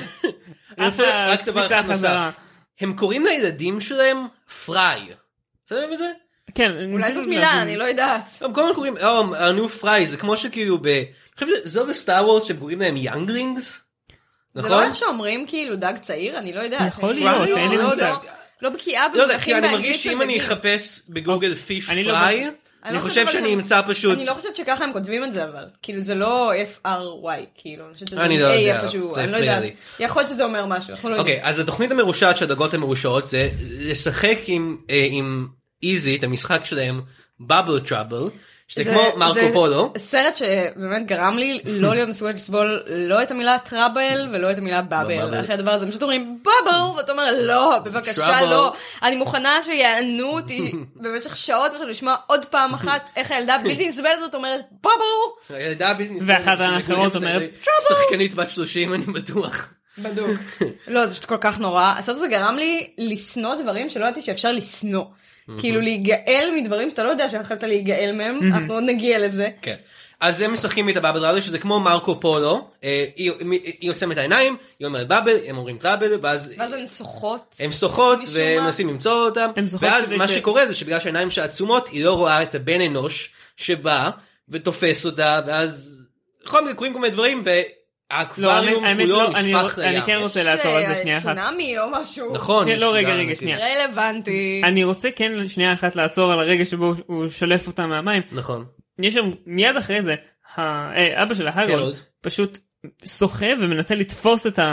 אני רוצה רק דבר אחד נוסף. הם קוראים לילדים שלהם פריי. בסדר בזה? כן. אולי זאת מילה, אני לא יודעת. הם כל הזמן קוראים, הניו פריי, זה כמו שכאילו ב... אני חושב שזה בסטאר וורס שהם קוראים להם יאנגלינגס. זה לא איך שאומרים כאילו דג צעיר? אני לא יודעת. יכול להיות, אין לי מושג. לא בקיאה במונחים באנגלית של דגים. אני מרגיש שאם אני אחפש בגוגל פיש פריי, אני חושב שאני אמצא פשוט... אני לא חושבת שככה הם כותבים את זה אבל. כאילו זה לא F R Y, כאילו. אני חושבת שזה אני לא יודע, אני לא יודעת. יכול להיות שזה אומר משהו, אנחנו לא יודעים. אוקיי, אז התוכנית המרושעת של הדגות המרושעות זה לשחק עם איזי, את המשחק שלהם, בבל טראבל. שזה כמו מרקו פולו. זה סרט שבאמת גרם לי לא להיות מסוגלת לסבול לא את המילה טראבל ולא את המילה באבל. אחרי הדבר הזה, פשוט אומרים באבל, ואתה אומר לא, בבקשה לא. אני מוכנה שיענו אותי במשך שעות לשמוע עוד פעם אחת איך הילדה הבלתי נסבלת הזאת אומרת באבל. הילדה הבלתי נסבלת. ואחת האחרות אומרת טראבל. שחקנית בת שלושים, אני בטוח. בדוק. לא, זה פשוט כל כך נורא. הסרט הזה גרם לי לשנוא דברים שלא ידעתי שאפשר לשנוא. כאילו להיגאל מדברים שאתה לא יודע שיכולת להיגאל מהם, אנחנו עוד נגיע לזה. כן. אז הם משחקים את הבאבל טראבל, שזה כמו מרקו פולו, היא עושה את העיניים, היא אומרת באבל, הם אומרים טראבל, ואז... ואז הן שוחות. הן שוחות, ומנסים למצוא אותם, ואז מה שקורה זה שבגלל שהעיניים שלה עצומות, היא לא רואה את הבן אנוש שבא ותופס אותה, ואז כל מיני קוראים כל מיני דברים, ו... האקווריום כולו נשפך לים. אני כן רוצה לעצור על זה שנייה אחת. יש צונאמי או משהו. נכון. לא, רגע, רגע, שנייה. רלוונטי. אני רוצה כן שנייה אחת לעצור על הרגע שבו הוא שולף אותה מהמים. נכון. יש שם מיד אחרי זה, אבא של ההרולד פשוט שוחה ומנסה לתפוס את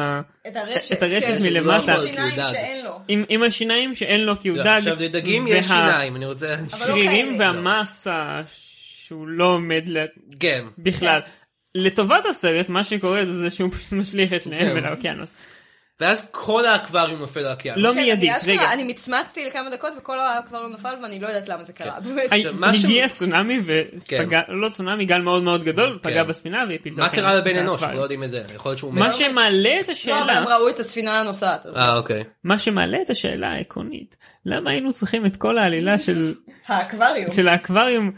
הרשת מלמטה. עם השיניים שאין לו. עם השיניים שאין לו כי הוא דג. עכשיו לדגים יש שיניים, אני רוצה... שרירים והמסה שהוא לא עומד בכלל. לטובת הסרט, מה שקורה זה שהוא פשוט משליך את שניהם אל האוקיינוס. ואז כל האקווריום נופל לאוקיינוס. לא מיידית, רגע. אני מצמצתי לכמה דקות וכל האקווריום נפל ואני לא יודעת למה זה קרה. הגיע צונאמי ופגע, לא צונאמי, גל מאוד מאוד גדול, פגע בספינה והפיל. מה קרה לבן אנוש? לא יודעים את זה. מה שמעלה את השאלה... לא, הם ראו את הספינה הנוסעת. אה, אוקיי. מה שמעלה את השאלה העקרונית, למה היינו צריכים את כל העלילה של... האקווריום. של האקווריום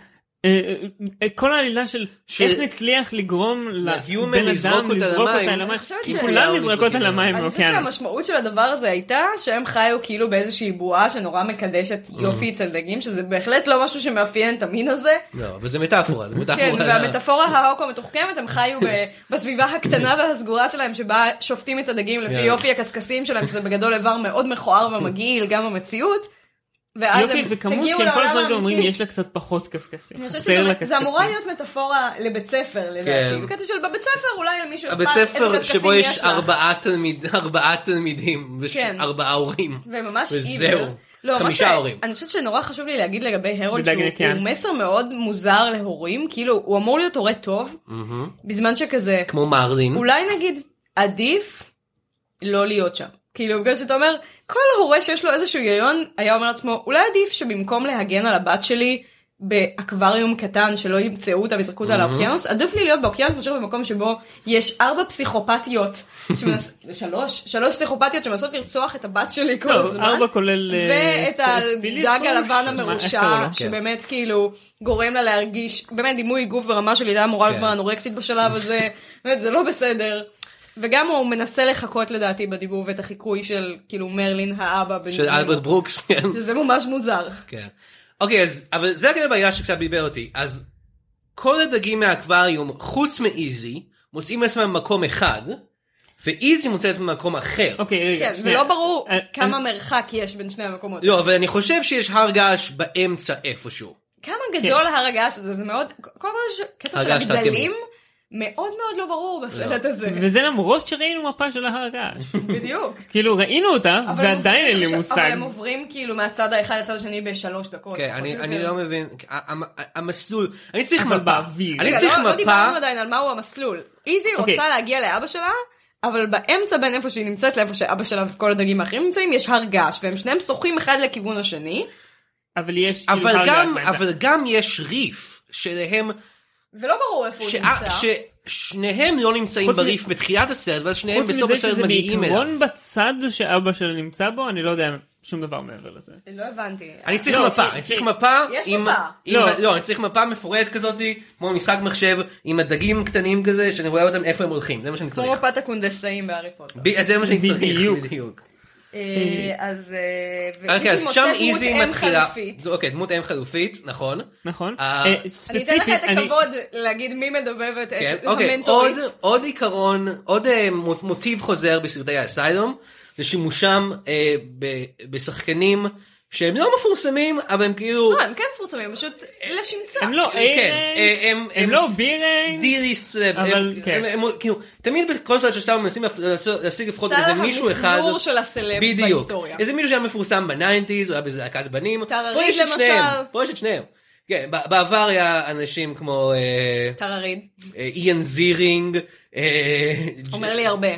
כל העלילה של איך נצליח לגרום לבן אדם לזרוק אותה על המים, כי כולם נזרקות על המים. אני חושבת שהמשמעות של הדבר הזה הייתה שהם חיו כאילו באיזושהי בועה שנורא מקדשת יופי אצל דגים, שזה בהחלט לא משהו שמאפיין את המין הזה. לא, אבל זה מטאפורה. כן, והמטאפורה ההוקו מתוחכמת, הם חיו בסביבה הקטנה והסגורה שלהם שבה שופטים את הדגים לפי יופי הקסקסים שלהם, שזה בגדול איבר מאוד מכוער ומגעיל גם במציאות. יופי וכמות, כי הם כל הזמן גם אומרים יש לה קצת פחות קסקסים. זה אמורה להיות מטאפורה לבית ספר לדעתי. בקטע של בבית ספר אולי למישהו אכפת איזה קסקסים יש לך. הבית ספר שבו יש ארבעה תלמידים וארבעה הורים. וזהו. חמישה הורים. אני חושבת שנורא חשוב לי להגיד לגבי הרולד שהוא מסר מאוד מוזר להורים, כאילו הוא אמור להיות הורה טוב, בזמן שכזה, כמו מרלין. אולי נגיד עדיף לא להיות שם. כאילו בגלל שאתה אומר, כל הורה שיש לו איזשהו היגיון היה אומר לעצמו, אולי עדיף שבמקום להגן על הבת שלי באקווריום קטן שלא ימצאו אותה ויזרקו אותה לאוקיינוס, עדיף לי להיות באוקיינוס מאשר במקום שבו יש ארבע פסיכופתיות, שלוש, שלוש פסיכופתיות שמנסות לרצוח את הבת שלי כל הזמן. ארבע כולל... ואת הדג הלבן המרושע, שבאמת כאילו גורם לה להרגיש, באמת דימוי גוף ברמה של לידה אמורה להיות כבר אנורקסית בשלב הזה, באמת זה לא בסדר. וגם הוא מנסה לחכות לדעתי בדיבור ואת החיקוי של כאילו מרלין האבא של אלברט ברוקס, כן. שזה ממש מוזר. כן. אוקיי, אז, אבל זה הכלל בעיה שקצת ביבר אותי. אז כל הדגים מהאקווריום, חוץ מאיזי, מוצאים לעצמם מקום אחד, ואיזי מוצאת במקום אחר. אוקיי, רגע. כן, ולא ברור כמה מרחק יש בין שני המקומות. לא, אבל אני חושב שיש הר געש באמצע איפשהו. כמה גדול הר הגעש הזה, זה מאוד, כל כך קטע של הגדלים, מאוד מאוד לא ברור בסרט הזה. וזה למרות שראינו מפה של ההר הגעש. בדיוק. כאילו ראינו אותה, ועדיין אין לי מושג. אבל הם עוברים כאילו מהצד האחד לצד השני בשלוש דקות. כן, אני לא מבין, המסלול, אני צריך אבל מפה. באוויר. אני צריך מפה. לא דיברנו עדיין על מהו המסלול. איזי רוצה להגיע לאבא שלה, אבל באמצע בין איפה שהיא נמצאת לאיפה שאבא שלה וכל הדגים האחרים נמצאים, יש הר געש, והם שניהם שוחים אחד לכיוון השני. אבל יש כאילו הר געש. אבל גם יש ריף שלהם... ולא ברור איפה הוא נמצא. ששניהם לא נמצאים בריף בתחילת הסרט, ואז שניהם בסוף הסרט מגיעים אליו. חוץ מזה שזה בעיקרון בצד שאבא שלה נמצא בו, אני לא יודע שום דבר מעבר לזה. לא הבנתי. אני צריך מפה, אני צריך מפה. יש מפה. לא, אני צריך מפה מפורטת כזאת, כמו משחק מחשב, עם הדגים קטנים כזה, שאני רואה אותם איפה הם הולכים, זה מה שאני צריך. כמו מפת הקונדסאים בהארי פוטר. זה מה שאני צריך, בדיוק. אז שם איזי מתחילה, אוקיי, דמות אם חלופית, נכון. נכון. אני אתן לך את הכבוד להגיד מי מדבבת את המנטורית. עוד עיקרון, עוד מוטיב חוזר בסרטי האסיילום, זה שימושם בשחקנים שהם לא מפורסמים, אבל הם כאילו... לא, הם כן מפורסמים, פשוט לשמצה. הם לא איי, הם לא ביריין. דיליסט, תמיד בכל סרט שסתם מנסים להשיג לפחות איזה מישהו אחד. סרט המחזור של הסלבס בהיסטוריה. איזה מישהו שהיה מפורסם בניינטיז, הוא היה בזה להקת בנים. טרריד למשל. פה יש את שניהם. כן, בעבר היה אנשים כמו... טרריד. איאן זירינג. אומר לי הרבה.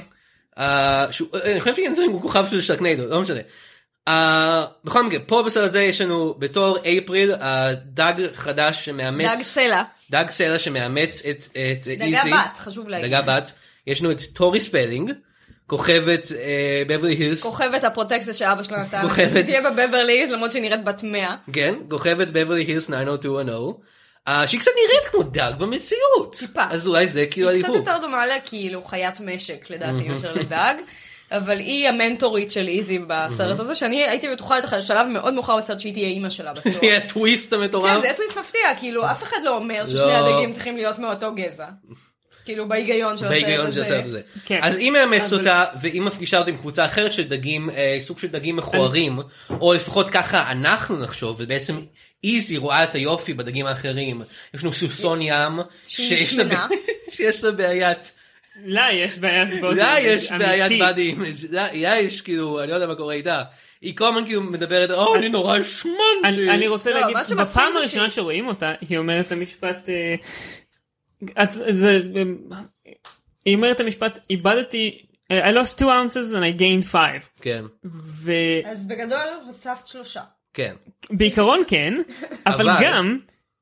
אני חושב שאיאן זירינג הוא כוכב של שרקניידו, לא משנה. בכל מקרה, פה בסרט הזה יש לנו בתור אפריל, דג חדש שמאמץ... דג סלע. דג סלע שמאמץ את איזי. דגה בת, חשוב להגיד. דגה בת. יש לנו את טורי ספלינג, כוכבת בברלי הילס. כוכבת הפרוטקציה שאבא שלו נתן. שתהיה בבברלי הילס, למרות שהיא נראית בת מאה. כן, כוכבת בברלי הילס תשע אפס שתיים אפס. שהיא קצת נראית כמו דג במציאות. טיפה. אז אולי זה כאילו היא קצת יותר דומה לה כאילו חיית משק לדעתי יותר לדג. אבל היא המנטורית של איזי בסרט הזה, שאני הייתי בטוחה את השלב מאוד מאוחר בסרט שהיא תהיה אימא שלה בסוף. זה יהיה טוויסט המטורף. כן, זה יהיה טוויסט מפתיע, כאילו אף אחד לא אומר ששני הדגים צריכים להיות מאותו גזע. כאילו בהיגיון של הסרט הזה. אז היא מאמץ אותה, והיא מפגישה אותה עם קבוצה אחרת של דגים, סוג של דגים מכוערים, או לפחות ככה אנחנו נחשוב, ובעצם איזי רואה את היופי בדגים האחרים. יש לנו סוסון ים, שיש לה בעיית... לה יש בעיית בודי אימג' לה יש בעיית בודי אימג' לה יש כאילו, אני לא יודע מה קורה איתה. היא כל הזמן כאילו מדברת, או אני נורא שמנתי. אני רוצה להגיד, בפעם הראשונה שרואים אותה, היא אומרת את המשפט, היא אומרת את המשפט, איבדתי, I lost two ounces and I gained five. כן. אז בגדול הוספת שלושה. כן. בעיקרון כן, אבל גם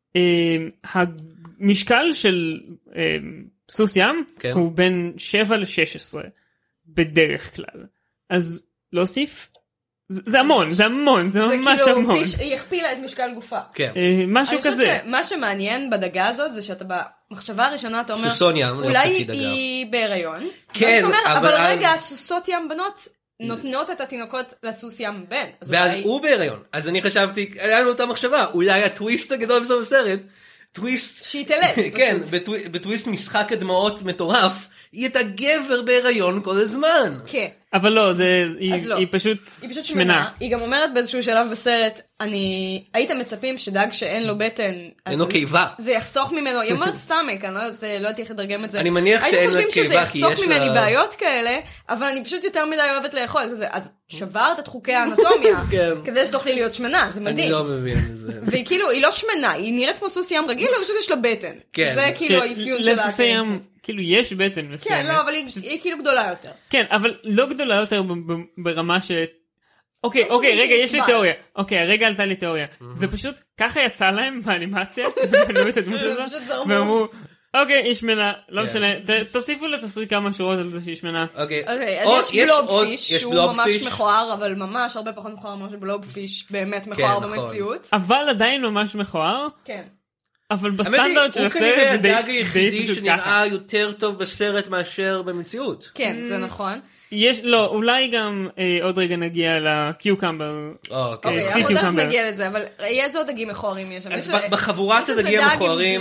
המשקל של... סוס ים הוא בין שבע ל-שש עשרה בדרך כלל. אז להוסיף, זה המון, זה המון, זה ממש המון. היא הכפילה את משקל גופה. משהו כזה. מה שמעניין בדגה הזאת זה שאתה במחשבה הראשונה אתה אומר, ים, אולי היא בהיריון. כן, אבל רגע, סוסות ים בנות נותנות את התינוקות לסוס ים בן. ואז הוא בהיריון. אז אני חשבתי, היה לנו אותה מחשבה, אולי הטוויסט הגדול בסוף הסרט, טוויסט, שהיא תלת, כן, בטוויסט משחק הדמעות מטורף, היא הייתה גבר בהיריון כל הזמן. כן. אבל לא, זה, היא פשוט שמנה. היא גם אומרת באיזשהו שלב בסרט, אני, הייתם מצפים שדג שאין לו בטן, אין לו קיבה. זה יחסוך ממנו, היא אומרת סטאמק, אני לא יודעת איך לדרגם את זה. אני מניח שאין לה קיבה, כי יש לה... הייתם חושבים שזה יחסוך ממני בעיות כאלה, אבל אני פשוט יותר מדי אוהבת לאכול, אז שברת את חוקי האנטומיה, כדי שתוכלי להיות שמנה, זה מדהים. אני לא מבין את זה. והיא כאילו, היא לא שמנה, היא נראית כמו סוס ים רגיל, אבל פשוט יש לה בטן. זה כאילו האפיון שלה. לסוסי ים, כאילו יש בטן מסוימת. כן, לא, אבל היא כאילו גדולה יותר. כן, אבל לא גדולה יותר ברמה ש... אוקיי, אוקיי, רגע, יש לי תיאוריה. אוקיי, הרגע עלתה לי תיאוריה. זה פשוט, ככה יצא להם באנימציה, בנו את הדמות הזאת, ואמרו, אוקיי, היא שמנה, לא משנה, תוסיפו לתסריט כמה שורות על זה שהיא שמנה. אוקיי, אז יש בלובפיש, שהוא ממש מכוער, אבל ממש הרבה פחות מכוער ממה שבלובפיש באמת מכוער במציאות. אבל עדיין ממש מכוער. כן. אבל בסטנדרט של הסרט זה די פשוט ככה. הוא כנראה הדג היחידי שנראה יותר טוב בסרט מאשר במציאות. כן, זה נכון. יש, לא, אולי גם אה, עוד רגע נגיע לקיוקמבר. אוקיי, אנחנו עוד איך נגיע לזה, אבל איזה עוד דגים מכוערים יש שם? אז בחבורת הדגים המכוערים,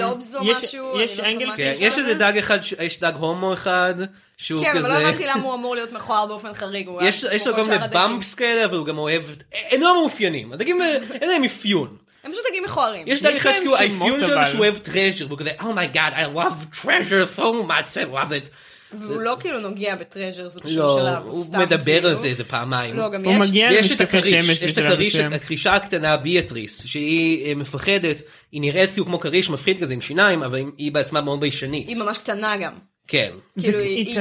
יש איזה דג אחד, יש דג הומו אחד, שהוא כזה... כן, אבל לא הבנתי למה הוא אמור להיות מכוער באופן חריג. יש לו כל מיני במפס כאלה, אבל הוא גם אוהב... הם לא מאופיינים, הדגים אין להם אפיון. הם פשוט דגים מכוערים. יש דג אחד שכאילו האפיון שלו שהוא אוהב טרז'ר, והוא כזה, Oh my god, I love treasure so much, I love it. והוא לא כאילו נוגע בטרז'ר, זה בשביל לא, שלב, הוא מדבר על זה איזה פעמיים. לא, גם הוא מגיע יש את למשקפי שמש הכריש, יש את הכריש, הקרישה הקטנה ביאטריס, שהיא מפחדת, היא נראית כאילו כמו כריש מפחיד כזה עם שיניים, אבל היא בעצמה מאוד ביישנית. היא ממש קטנה גם. כן. כאילו היא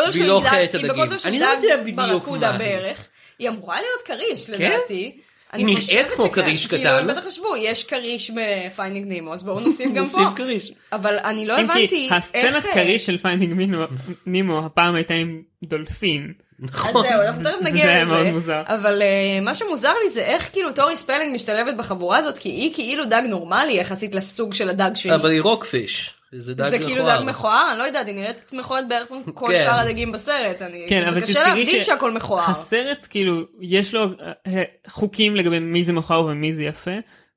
בגודל של דג ברקודה בערך, היא אמורה להיות כריש לדעתי. היא נראית כמו כריש קטן. כאילו הם בטח חשבו, יש כריש בפיינינג נימו, אז בואו נוסיף גם פה. נוסיף כריש. אבל אני לא הבנתי איך... הסצנת כריש של פיינינג נימו הפעם הייתה עם דולפין. אז זהו, אנחנו תכף נגיע לזה. זה היה מאוד מוזר. אבל מה שמוזר לי זה איך כאילו טורי ספלינג משתלבת בחבורה הזאת, כי היא כאילו דג נורמלי יחסית לסוג של הדג שלי. אבל היא רוקפיש. זה דג זה כאילו דג מכוער, אני לא יודעת, היא נראית מכוערת בערך כל שאר הדגים בסרט, זה קשה להבדיל שהכל מכוער. הסרט כאילו, יש לו חוקים לגבי מי זה מכוער ומי זה יפה,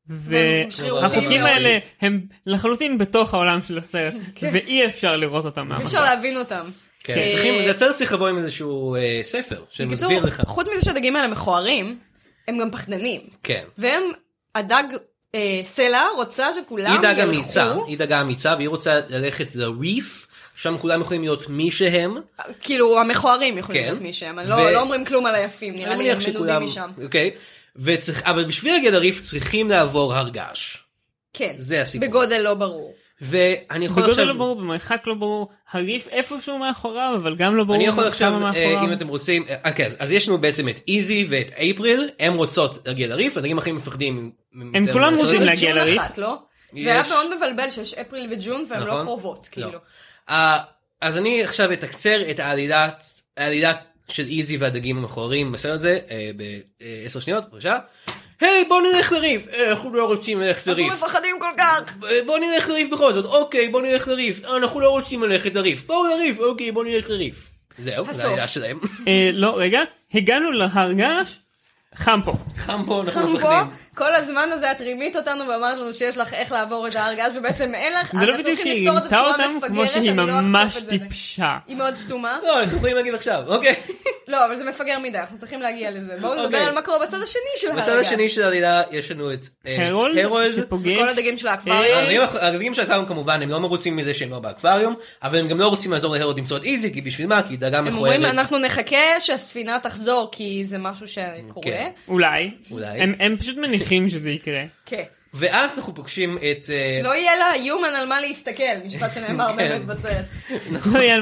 והחוקים האלה הם לחלוטין בתוך העולם של הסרט, ואי אפשר לראות אותם מהמסך. אי אפשר להבין אותם. זה הצלט צריך לבוא עם איזשהו ספר, שמסביר לך. חוץ מזה שהדגים האלה מכוערים, הם גם פחדנים. כן. והם, הדג... סלע רוצה שכולם ילכו. היא דגה אמיצה, היא דגה אמיצה, והיא רוצה ללכת לריף, שם כולם יכולים להיות מי שהם. כאילו המכוערים יכולים להיות מי שהם, לא אומרים כלום על היפים, נראה לי הם מנודים משם. אוקיי, אבל בשביל להגיע לריף צריכים לעבור הרגש. כן, זה הסיפור. בגודל לא ברור. ואני יכול בגודל עכשיו... לא ברור, במרחק לא ברור, הריף איפשהו מאחוריו, אבל גם לא ברור. אני יכול עכשיו, אם אתם רוצים, אוקיי, אז יש לנו בעצם את איזי ואת אפריל, הם רוצות להגיע לריף, הדגים הכי מפחדים. הם כולם רוצים להגיע לריף. זה היה מאוד מבלבל שיש אפריל וג'ון, והן לא קרובות, כאילו. אז אני עכשיו אתקצר את העלילת של איזי והדגים המכוערים, בסדר את זה, בעשר שניות, בבקשה. היי, בוא נלך לריף. אנחנו לא רוצים ללכת לריף. אנחנו מפחדים כל כך. בוא נלך לריף בכל זאת. אוקיי, בוא נלך לריף. אנחנו לא רוצים ללכת לריף. בואו לריף. אוקיי, בוא נלך לריף. זהו, זה העילה שלהם. לא, רגע. הגענו להרגש. חם פה. חם פה, אנחנו חם מפחדים. פה, כל הזמן הזה את רימית אותנו ואמרת לנו שיש לך איך לעבור את ההרגש, ובעצם אין לך. זה לא בדיוק שהיא רימתה אותם כמו שהיא ממש טיפשה. היא מאוד סתומה. לא, אנחנו יכולים להגיד עכשיו, אוקיי. לא, אבל זה מפגר מדי, אנחנו צריכים להגיע לזה. בואו נדבר על מה קורה בצד השני של הרגש. בצד השני של העלילה יש לנו את הרולד שפוגש. כל הדגים של האקווריום. הדגים של האקווריום כמובן, הם לא מרוצים מזה שהם לא באקווריום, אבל הם גם לא רוצים לעזור להרולד למצוא את איזי, כי בשביל מה? כי דגה מכוערת. הם אומרים, אנחנו נחכה שהספינה תחזור, כי זה משהו שקורה. אולי. אולי. הם פשוט מניחים שזה יקרה. כן. ואז אנחנו פוגשים את... לא יהיה לה יומן על מה להסתכל, משפט שנאמר באמת בסרט. לא יהיה,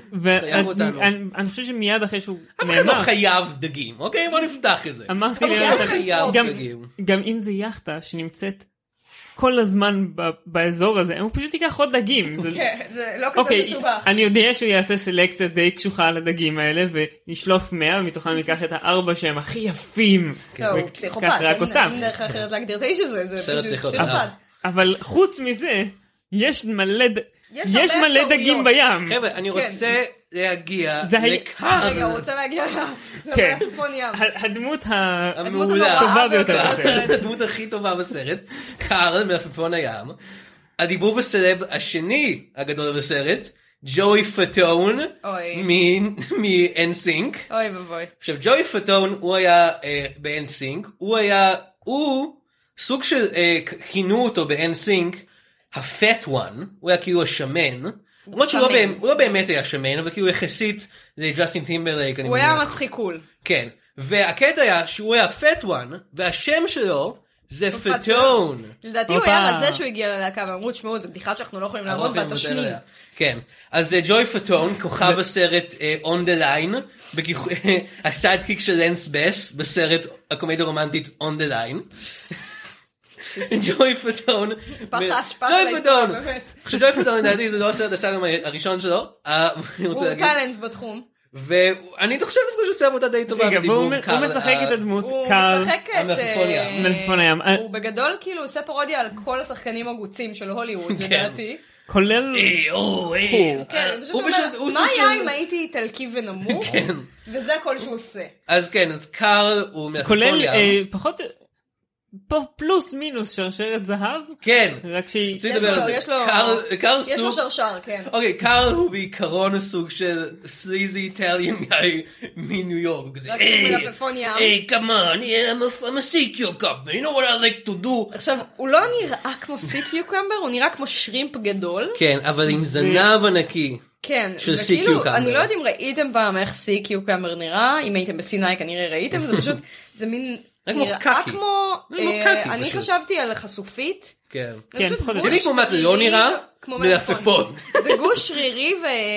ואני חושב שמיד אחרי שהוא נאמר... אף אחד לא חייב דגים, אוקיי? בוא נפתח את זה. אמרתי לי, גם אם זה יחטה שנמצאת כל הזמן באזור הזה, הוא פשוט ייקח עוד דגים. כן, זה לא כזה מסובך. אני יודע שהוא יעשה סלקציה די קשוחה על הדגים האלה, וישלוף מאה, ומתוכם ייקח את הארבע שהם הכי יפים. הוא פסיכופת, אין דרך אחרת להגדיר את האיש הזה, זה פשוט פסיכופת. אבל חוץ מזה, יש מלא... יש מלא דגים בים. חבר'ה, אני רוצה להגיע לקארל. רגע, הוא רוצה להגיע למלפפון ים. הדמות הטובה ביותר בסרט. הדמות הכי טובה בסרט. קארל מלפפון הים. הדיבוב בסלב השני הגדול בסרט. ג'וי פטון מ-אן סינק. אוי ובוי. עכשיו, ג'וי פטון הוא היה ב-אן סינק. הוא היה, הוא סוג של, כינו אותו ב-אן סינק. ה-fat one, הוא היה כאילו השמן, למרות שהוא לא באמת היה שמן, אבל כאילו יחסית לג'סטין טימברלייק. הוא היה מצחיקול. כן, והקטע היה שהוא היה fat one, והשם שלו זה פטון. לדעתי הוא היה רזה שהוא הגיע ללהקה, ואמרו, תשמעו, זו בדיחה שאנחנו לא יכולים לעמוד בה, תשמין. כן, אז ג'וי פטון, כוכב הסרט On the Line, הסיידקיק של לנס בס, בסרט הקומדיה הרומנטית On the Line. ג'וי פטון, פח ההשפעה של ההיסטוריה, באמת. עכשיו ג'וי פטון, לדעתי, זה לא הסרט הסלם הראשון שלו. הוא טלנט בתחום. ואני חושב שהוא עושה עבודה די טובה. הוא משחק את הדמות קארל. הוא משחק את מלפפון הים. הוא בגדול כאילו עושה פרודיה על כל השחקנים הגוצים של הוליווד, לדעתי. כולל... כן, מה היה אם הייתי איטלקי ונמוך? וזה הכל שהוא עושה. אז כן, אז קארל הוא מלפפון ים. כולל פחות... פה פלוס מינוס שרשרת זהב. כן. רק שהיא... רציתי לדבר על זה. יש לו, קארל יש לו סוג... שרשר, כן. אוקיי, קארל הוא בעיקרון הסוג של סליזי איטליאן גאי מניו יורק. רק הוא מלפפון ים. היי, come on, I'm a sea cucumber, you know what I like to do. עכשיו, הוא לא נראה כמו סי קיוקמבר, הוא נראה כמו שרימפ גדול. כן, אבל עם זנב ענקי. כן, של סי וכאילו, קיוקמבר. אני לא יודעת אם ראיתם פעם איך סי קיוקמבר נראה, אם הייתם בסיני כנראה ראיתם, זה פשוט, זה מין... כמו נראה קקי. כמו, זה כמו אה, קקי אני פשוט. חשבתי על חשופית. כן. זה כן, פשוט פחות או גוש יותר. תראי כמו מה זה לא שרירי, נראה? כמו מלפפון. זה גוש שרירי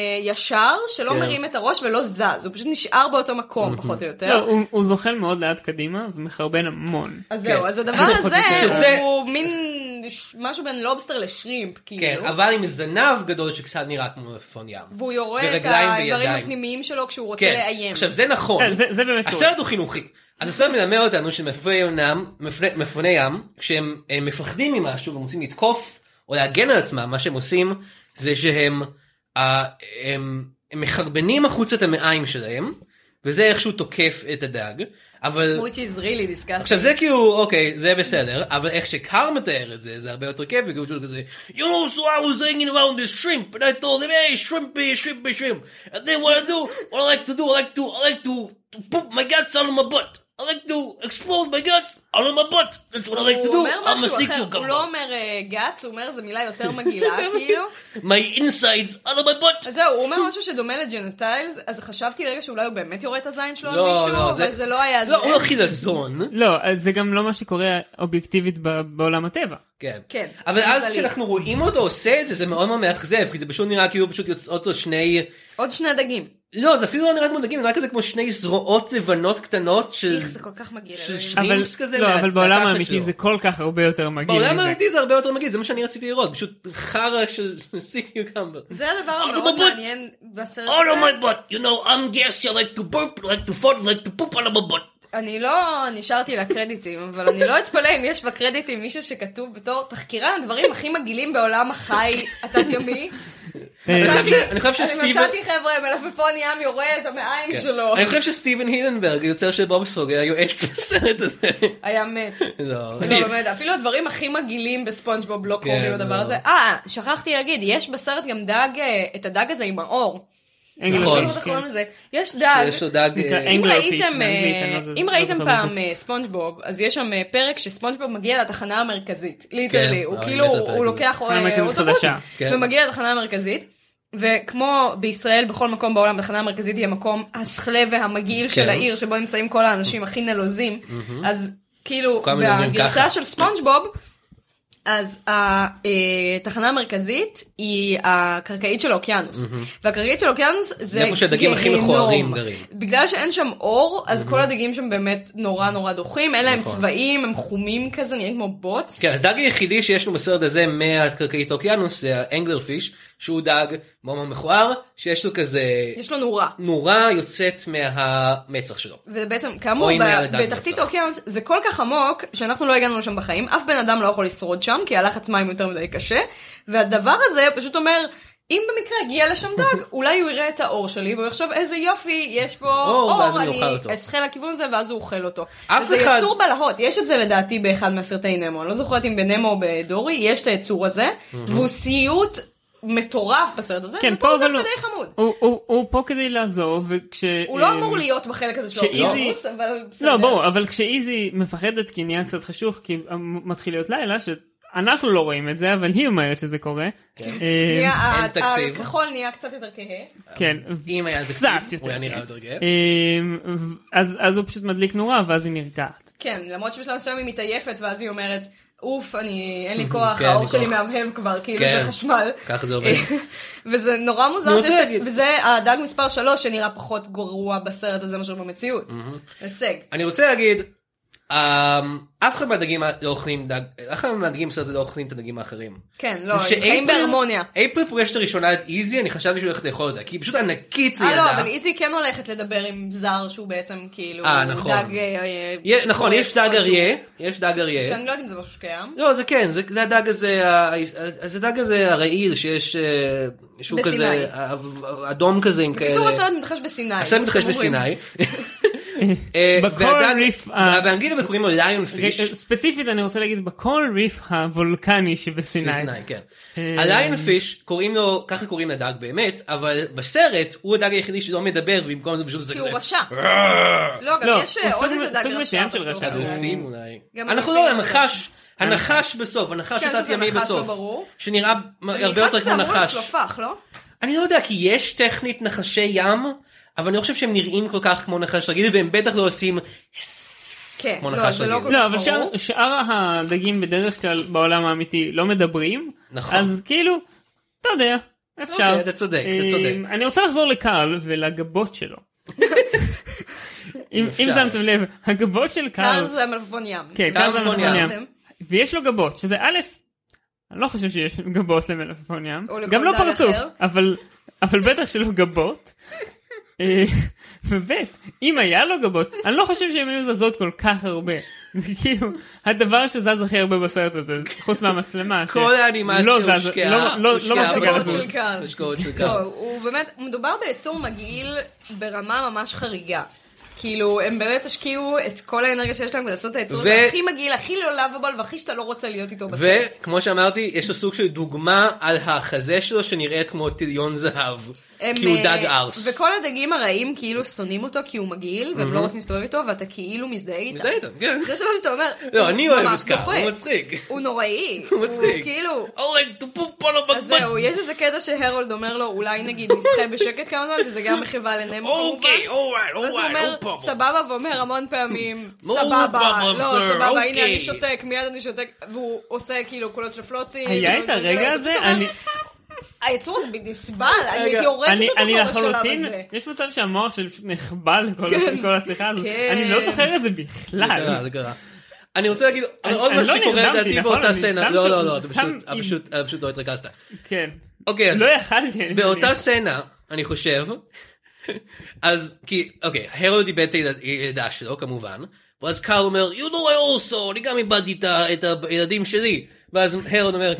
וישר, שלא כן. מרים את הראש ולא זז, הוא פשוט נשאר באותו מקום, פחות או יותר. לא, הוא, הוא זוחל מאוד לאט קדימה ומחרבן המון. אז כן. זהו, אז הדבר הזה שזה- הוא מין ש- משהו בין לובסטר לשרימפ, כן, כאילו. אבל עם זנב גדול שקצת נראה כמו מלפפון ים. והוא יורה את ורגליים האיברים וידיים. הפנימיים שלו כשהוא רוצה כן, לאיים. עכשיו זה נכון. כן, זה, זה באמת קורה. הסרט הוא חינוכי. אז הסרט מלמד אותנו שמפוני ים, מפוני- מפוני ים, כשהם הם מפחדים ממשהו והם רוצים לתקוף או להגן על עצמם, מה שהם עושים זה שהם אה, הם, הם מחרבנים החוצה את המעיים שלהם, וזה איכשהו תוקף את הדג, אבל... which is really disgusting. עכשיו זה כאילו, אוקיי, זה בסדר, אבל איך שקאר מתאר את זה, זה הרבה יותר כיף, וכאילו שהוא כזה, you know, so I was hanging around this shrimp, and I told him, hey, shrimp, shrimp, shrimp, and then what I do, what I like to do, I like to, I like to, to poop my guts out of my butt, I like to explode my guts out of my butt, that's what I like to הוא do, אומר I'm a משהו אחר, sequel הוא לא אומר גאץ, הוא אומר זו מילה יותר מגעילה, כאילו. my insides out of my butt. אז זהו, הוא אומר משהו שדומה לג'נטיילס, אז חשבתי לרגע שאולי הוא באמת יורה את הזין שלו על לא, מישהו, לא, אבל זה לא היה זה. לא, הוא לא חילזון. לא, אז זה גם לא מה שקורה אובייקטיבית ב- בעולם הטבע. כן. כן. אבל אז מזלי. כשאנחנו רואים אותו עושה את זה, זה מאוד מאוד מאכזב, כי זה פשוט נראה כאילו פשוט יוצאות לו שני... עוד שני דגים. לא, זה אפילו לא נראה כמו דגים, זה נראה כזה כמו שני זרועות לבנות קטנות של... איך זה כל כך מגעיל. של אלוהים. שני- אבל, רימפס כזה לא, מה- אבל בעולם מהתחת האמיתי שלו. זה כל כך הרבה יותר מגעיל בעולם מזה. האמיתי זה הרבה יותר מגעיל, זה מה שאני רציתי לראות, פשוט חרא של סי קיוקמבר. זה הדבר Oh, המאוד but- מעניין בסרט Out of הזה. my butt, you know, I'm gassy, I like to burp, I like to fart, I like to poop out of my butt. אני לא נשארתי לקרדיטים, אבל אני לא אתפלא אם יש בקרדיטים מישהו שכתוב בתור תחקירן הדברים הכי מגעילים בעולם החי התת-ימי. אני חושב ש- אני חושב אני שסטיבן... מצאתי חבר'ה, מלפפון ים יורה את המעיים שלו. אני חושב שסטיבן הילנברג, יוצר של בובספוג, היה יועץ בסרט הזה. היה מת. לא, לא, באמת, אפילו הדברים הכי מגעילים בספונג'בוב לא קרובים כן, לדבר לא. הזה. אה, שכחתי להגיד, יש בסרט גם דג, אה, את הדג הזה עם האור. נכון. איך קוראים לזה? יש דג. יש לו דג... נקרא אה, אם Anglerfish ראיתם, באנגלית, אה, אני לא זוכר- אם לא ראיתם זוכר פעם בדיוק. אה, ספונג'בוב, אז יש שם אה, פרק שספונג'בוב מגיע לתחנה המרכזית. ליטרלי, הוא אבל כאילו, אני מת על הפרק הוא הזה. לוקח תחנה אה, מרכזית אוטובוס, חדשה. כן. ומגיע לתחנה המרכזית. וכמו בישראל, בכל מקום בעולם, התחנה המרכזית היא המקום הסחלה והמגעיל של העיר, שבו נמצאים כל האנשים הכי נלוזים. אז כאילו, כולם מדברים ככה. בגרסה של ספונג'בוב, אז התחנה המרכזית היא הקרקעית של האוקיינוס. והקרקעית של האוקיינוס זה איפה שהדגים הכי גיהנום. מכוערים גרים. בגלל שאין שם אור, אז כל הדגים שם באמת נורא נורא דוחים, אין להם נכון. צבעים, הם חומים כזה, נראים כמו בוץ. כן, אז דג היחידי שיש לנו בסרט הזה מהקרקעית האוקיינוס זה האנגלרפיש, שהוא דג מאוד מאוד מכוער, שיש לו כזה יש לו נורה. נורה יוצאת מהמצח שלו. ובעצם, כאמור, או אם היה ב- לדג בתחתית מצח. האוקיינוס זה כל כך עמוק, שאנחנו לא הגענו לשם בחיים, אף בן אדם לא יכול לשרוד שם, כי הלחץ מים יותר מדי קשה, והדבר הזה פשוט אומר, אם במקרה הגיע לשם דג, אולי הוא יראה את האור שלי, והוא יחשוב איזה יופי, יש פה אור, ואז אור, אני אוכל אותו. אני אסחה לכיוון הזה, ואז הוא אוכל אותו. אף וזה אחד- יצור בלהות, יש את זה לדעתי באחד מהסרטי נמו, אני לא זוכרת אם בנמו או בדורי, יש את היצור הזה, והוא סיוט מטורף בסרט הזה, כן, ופה פה הוא אבל דווקא הוא- די חמוד. הוא- הוא הוא פה כדי לעזור, וכש... הוא לא אה, אמור להיות בחלק הזה של שאיזי- האוקיינוס, אבל בסדר. לא, ברור, אבל כשאיזי מפחדת כי נהיה קצת חשוך, כי מתחיל להיות לילה, שאנחנו לא רואים את זה, אבל היא אומרת שזה קורה. אה, נהיה- ה- אין תקציב. הכחול נהיה קצת יותר כהה. כן, אם היה קצת תקציב, יותר. הוא היה נראה כן. יותר גאה. אה, אז אז הוא פשוט מדליק נורה, ואז היא נרתעת. כן, למרות שבשלב מסוים היא מתעייפת, ואז היא אומרת, אוף, אני, אין לי כוח, כן, אין האור לי שלי כוח." מהבהב כבר, כאילו כן. זה חשמל. ככה זה עובד. וזה נורא אני מוזר, רוצה שיש- להגיד- וזה הדג מספר שלוש שנראה פחות גרוע בסרט הזה מאשר במציאות. הישג. אני רוצה להגיד, אמ, אף אחד מהדגים לא אוכלים דג, אף אחד מהדגים בסרט הזה לא אוכלים את הדגים האחרים. כן, לא, הם ושאייפריל- חיים בהרמוניה. אייפריל פוגשת הראשונה את איזי, אני חשבתי שהוא הולכת לאכול אותה, כי היא פשוט ענקית אה לא, לידה. אבל איזי כן הולכת לדבר עם זר שהוא בעצם כאילו אה, נכון. דג... אה, אה, יה- נכון, יש דג כלשהו. אריה, יש דג אריה. שאני לא יודעת אם זה משהו שקיים. לא, זה כן, זה, זה הדג הזה, ה- זה הדג הזה הרעיל שיש, אה, שהוא בסיני. כזה, אה, אדום כזה עם כאלה. בקיצור הסרט מתרחש בסיני. הסרט מתרחש כמו שאומרים. בסיני. בקורל ריף, באנגלית הם קוראים לו ליון פיש. ספציפית אני רוצה להגיד בקורל ריף הוולקני שבסיני. הליון פיש קוראים לו, ככה קוראים לדג באמת, אבל בסרט הוא הדג היחידי שלא מדבר, ובמקום זה פשוט זה כזה. כי הוא רשע. לא, גם יש עוד איזה דג רשע בסוף. אנחנו לא, הנחש, הנחש בסוף, הנחש התת ימי בסוף, שנראה הרבה יותר כמו נחש. אני לא יודע, כי יש טכנית נחשי ים, אבל אני לא חושב שהם נראים כל כך כמו נחש רגיל, והם בטח לא עושים כמו נחש רגיל. לא, אבל שאר הדגים בדרך כלל בעולם האמיתי לא מדברים, אז כאילו, אתה יודע, אפשר. אתה צודק, אתה צודק. אני רוצה לחזור לקרל ולגבות שלו. אם שמתם לב, הגבות של קרל... קרל זה מלפפון ים. כן, קרל זה מלפפון ים. ויש לו גבות, שזה א', אני לא חושב שיש גבות למלפפון ים. גם לא פרצוף, אבל בטח שלא גבות. ובית, אם היה לו גבות, אני לא חושב שהם היו זזות כל כך הרבה. זה כאילו הדבר שזז הכי הרבה בסרט הזה, חוץ מהמצלמה. כל האנימציה הושקעה. לא מפסיקה לזוז. הוא באמת, מדובר ביצור מגעיל ברמה ממש חריגה. כאילו, הם באמת השקיעו את כל האנרגיה שיש להם כדי לעשות את היצור הזה הכי מגעיל, הכי לא לאבבל, והכי שאתה לא רוצה להיות איתו בסרט. וכמו שאמרתי, יש לו סוג של דוגמה על החזה שלו שנראית כמו טיליון זהב. כי הוא דג ארס. וכל הדגים הרעים כאילו שונאים אותו כי הוא מגעיל, והם לא רוצים להסתובב איתו, ואתה כאילו מזדהה איתם. מזדהה איתם, כן. זה שלב שאתה אומר, לא, אני אוהב את כך, הוא מצחיק. הוא נוראי. הוא מצחיק. הוא כאילו... אורג, תופו פה לו בגבד. אז זהו, יש איזה קטע שהרולד אומר לו, אולי נגיד נשחה בשקט כמה זמן, שזה גם מחווה לנמו כמובן. אוקיי, אורייט, אורייט. אז הוא אומר, סבבה, ואומר המון פעמים, סבבה, לא, סבבה, הנה אני שותק, מיד אני שותק, והוא עושה כאילו קולות של פלוצים. היה את הרגע הזה, היצור הזה נסבל, אני הייתי הורגת אותו בשלב הזה. יש מצב שהמוח שלי פשוט נחבל לכל השיחה הזאת. אני לא זוכר את זה בכלל. אני רוצה להגיד עוד משהו שקורה לדעתי באותה סצנה. לא, לא, לא, אתה פשוט לא התרכזת. כן. אוקיי, אז לא יכלתי. באותה סצנה, אני חושב, אז כי, אוקיי, הרולד איבד את הילדה שלו כמובן, ואז קארל אומר, you know I also, אני גם איבדתי את הילדים שלי. ואז הרולד אומר,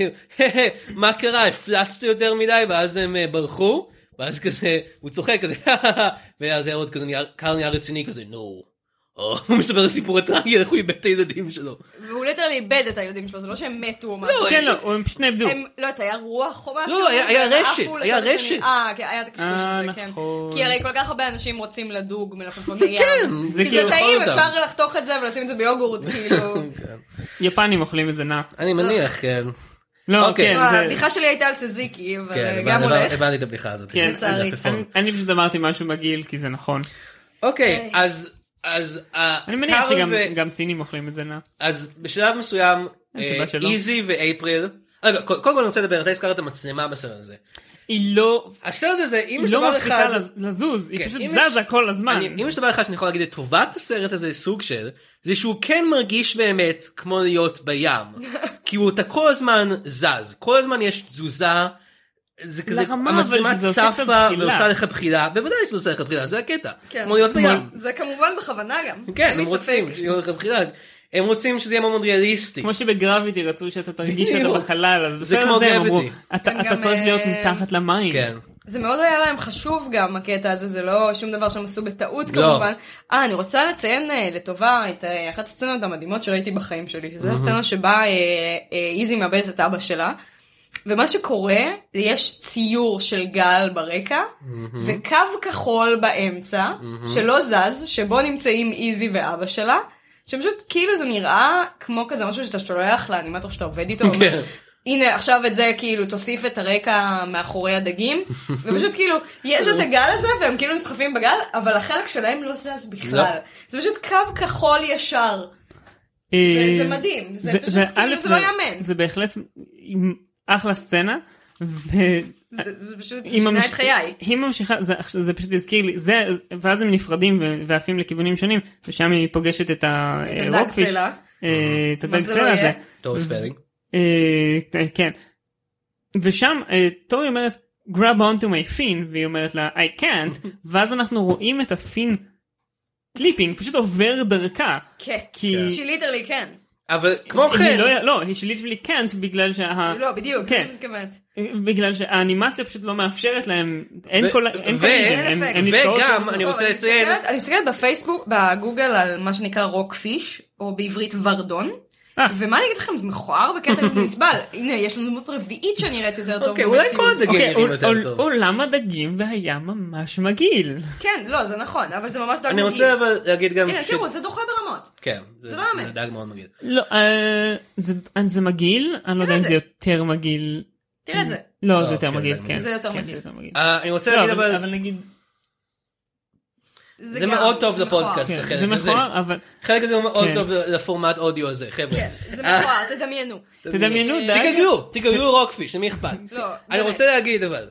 מה קרה, הפלצת יותר מדי, ואז הם ברחו, ואז כזה, הוא צוחק כזה, ואז הרולד כזה, קארל נהיה רציני כזה, נו. הוא מספר לסיפור הטרגי, איך הוא איבד את הילדים שלו. והוא ליטרלי איבד את הילדים שלו, זה לא שהם מתו או משהו. כן, לא, הם פשוט נאבדו. לא, היה רוח או משהו. לא, היה רשת, היה רשת. אה, היה את הקשקוש הזה, כן. כי הרי כל כך הרבה אנשים רוצים לדוג מלפפון לים. כן, זה כאילו טעים, אפשר לחתוך את זה ולשים את זה ביוגורט, כאילו. יפנים אוכלים את זה נע. אני מניח, כן. לא, כן. הבדיחה שלי הייתה על סזיקי, אבל גם הולך. הבנתי את הבדיחה הזאת. אני פשוט אמרתי משהו מגעיל, כי זה נכון. אוקיי, אז אז אני מניח שגם סינים אוכלים את זה נע. אז בשלב מסוים איזי ואפריל, קודם כל אני רוצה לדבר, אתה הזכרת המצלמה בסרט הזה. היא לא, הסרט הזה, אם היא לא מפסיקה לזוז, היא פשוט זזה כל הזמן. אם יש דבר אחד שאני יכול להגיד את טובת הסרט הזה סוג של, זה שהוא כן מרגיש באמת כמו להיות בים, כי הוא אתה כל הזמן זז, כל הזמן יש תזוזה, זה כזה, המצלמה צפה ועושה לך בחילה, בוודאי שזה עושה לך בחילה, זה הקטע, כמו להיות בים. זה כמובן בכוונה גם. כן, הם רוצים שיהיה לך בחילה, הם רוצים שזה יהיה מאוד ריאליסטי. כמו שבגרביטי רצו שאתה תרגיש שאתה בחלל, אז בסדר זה הם אמרו, אתה צריך להיות מתחת למים. זה מאוד היה להם חשוב גם הקטע הזה, זה לא שום דבר שהם עשו בטעות כמובן. אה, אני רוצה לציין לטובה את אחת הסצנות המדהימות שראיתי בחיים שלי, שזו הסצנה שבה איזי מאבדת את אבא שלה. ומה שקורה, יש ציור של גל ברקע, וקו כחול באמצע, שלא זז, שבו נמצאים איזי ואבא שלה, שפשוט כאילו זה נראה כמו כזה משהו שאתה שולח לאנימטור שאתה עובד איתו, אומר, הנה עכשיו את זה כאילו תוסיף את הרקע מאחורי הדגים, ופשוט כאילו יש את הגל הזה, והם כאילו נסחפים בגל, אבל החלק שלהם לא זז בכלל. זה פשוט קו כחול ישר. זה מדהים, זה פשוט כאילו זה לא יאמן. זה בהחלט... אחלה סצנה, זה פשוט שינה את חיי. היא ממשיכה, זה פשוט הזכיר לי, ואז הם נפרדים ועפים לכיוונים שונים, ושם היא פוגשת את הרוקפיש, את הדג סלע הזה. טורי ספלינג. כן. ושם טורי אומרת, grab onto my fin, והיא אומרת לה, I can't, ואז אנחנו רואים את הפין קליפינג, פשוט עובר דרכה. כן, she literally can. אבל כמו כן... לא, היא שליטרלי קנט בגלל שה... לא, בדיוק, כן. בגלל שהאנימציה פשוט לא מאפשרת להם, אין כל... וגם, אני רוצה לציין... אני מסתכלת בפייסבוק, בגוגל, על מה שנקרא רוקפיש, או בעברית ורדון, ומה אני אגיד לכם, זה מכוער בקטע נסבל. הנה, יש לנו דמות רביעית שנראית יותר טוב. אוקיי, אולי כל הדגים נראים יותר טוב. עולם הדגים והיה ממש מגעיל. כן, לא, זה נכון, אבל זה ממש דג מגעיל. אני רוצה אבל להגיד גם... הנה, תראו, זה דוחה ברמות. כן, זה לא אמן. זה דג מאוד מגעיל. לא, זה מגעיל, אני לא יודע אם זה יותר מגעיל. תראה את זה. לא, זה יותר מגעיל, כן. זה יותר מגעיל. אני רוצה להגיד אבל... אבל נגיד... זה מאוד טוב לפודקאסט. זה מכוער, אבל... חלק הזה הוא מאוד טוב לפורמט אודיו הזה, חבר'ה. כן, זה מכוער, תדמיינו. תדמיינו, דג. תגגלו, תגגלו רוקפיש, למי אכפת. אני רוצה להגיד אבל,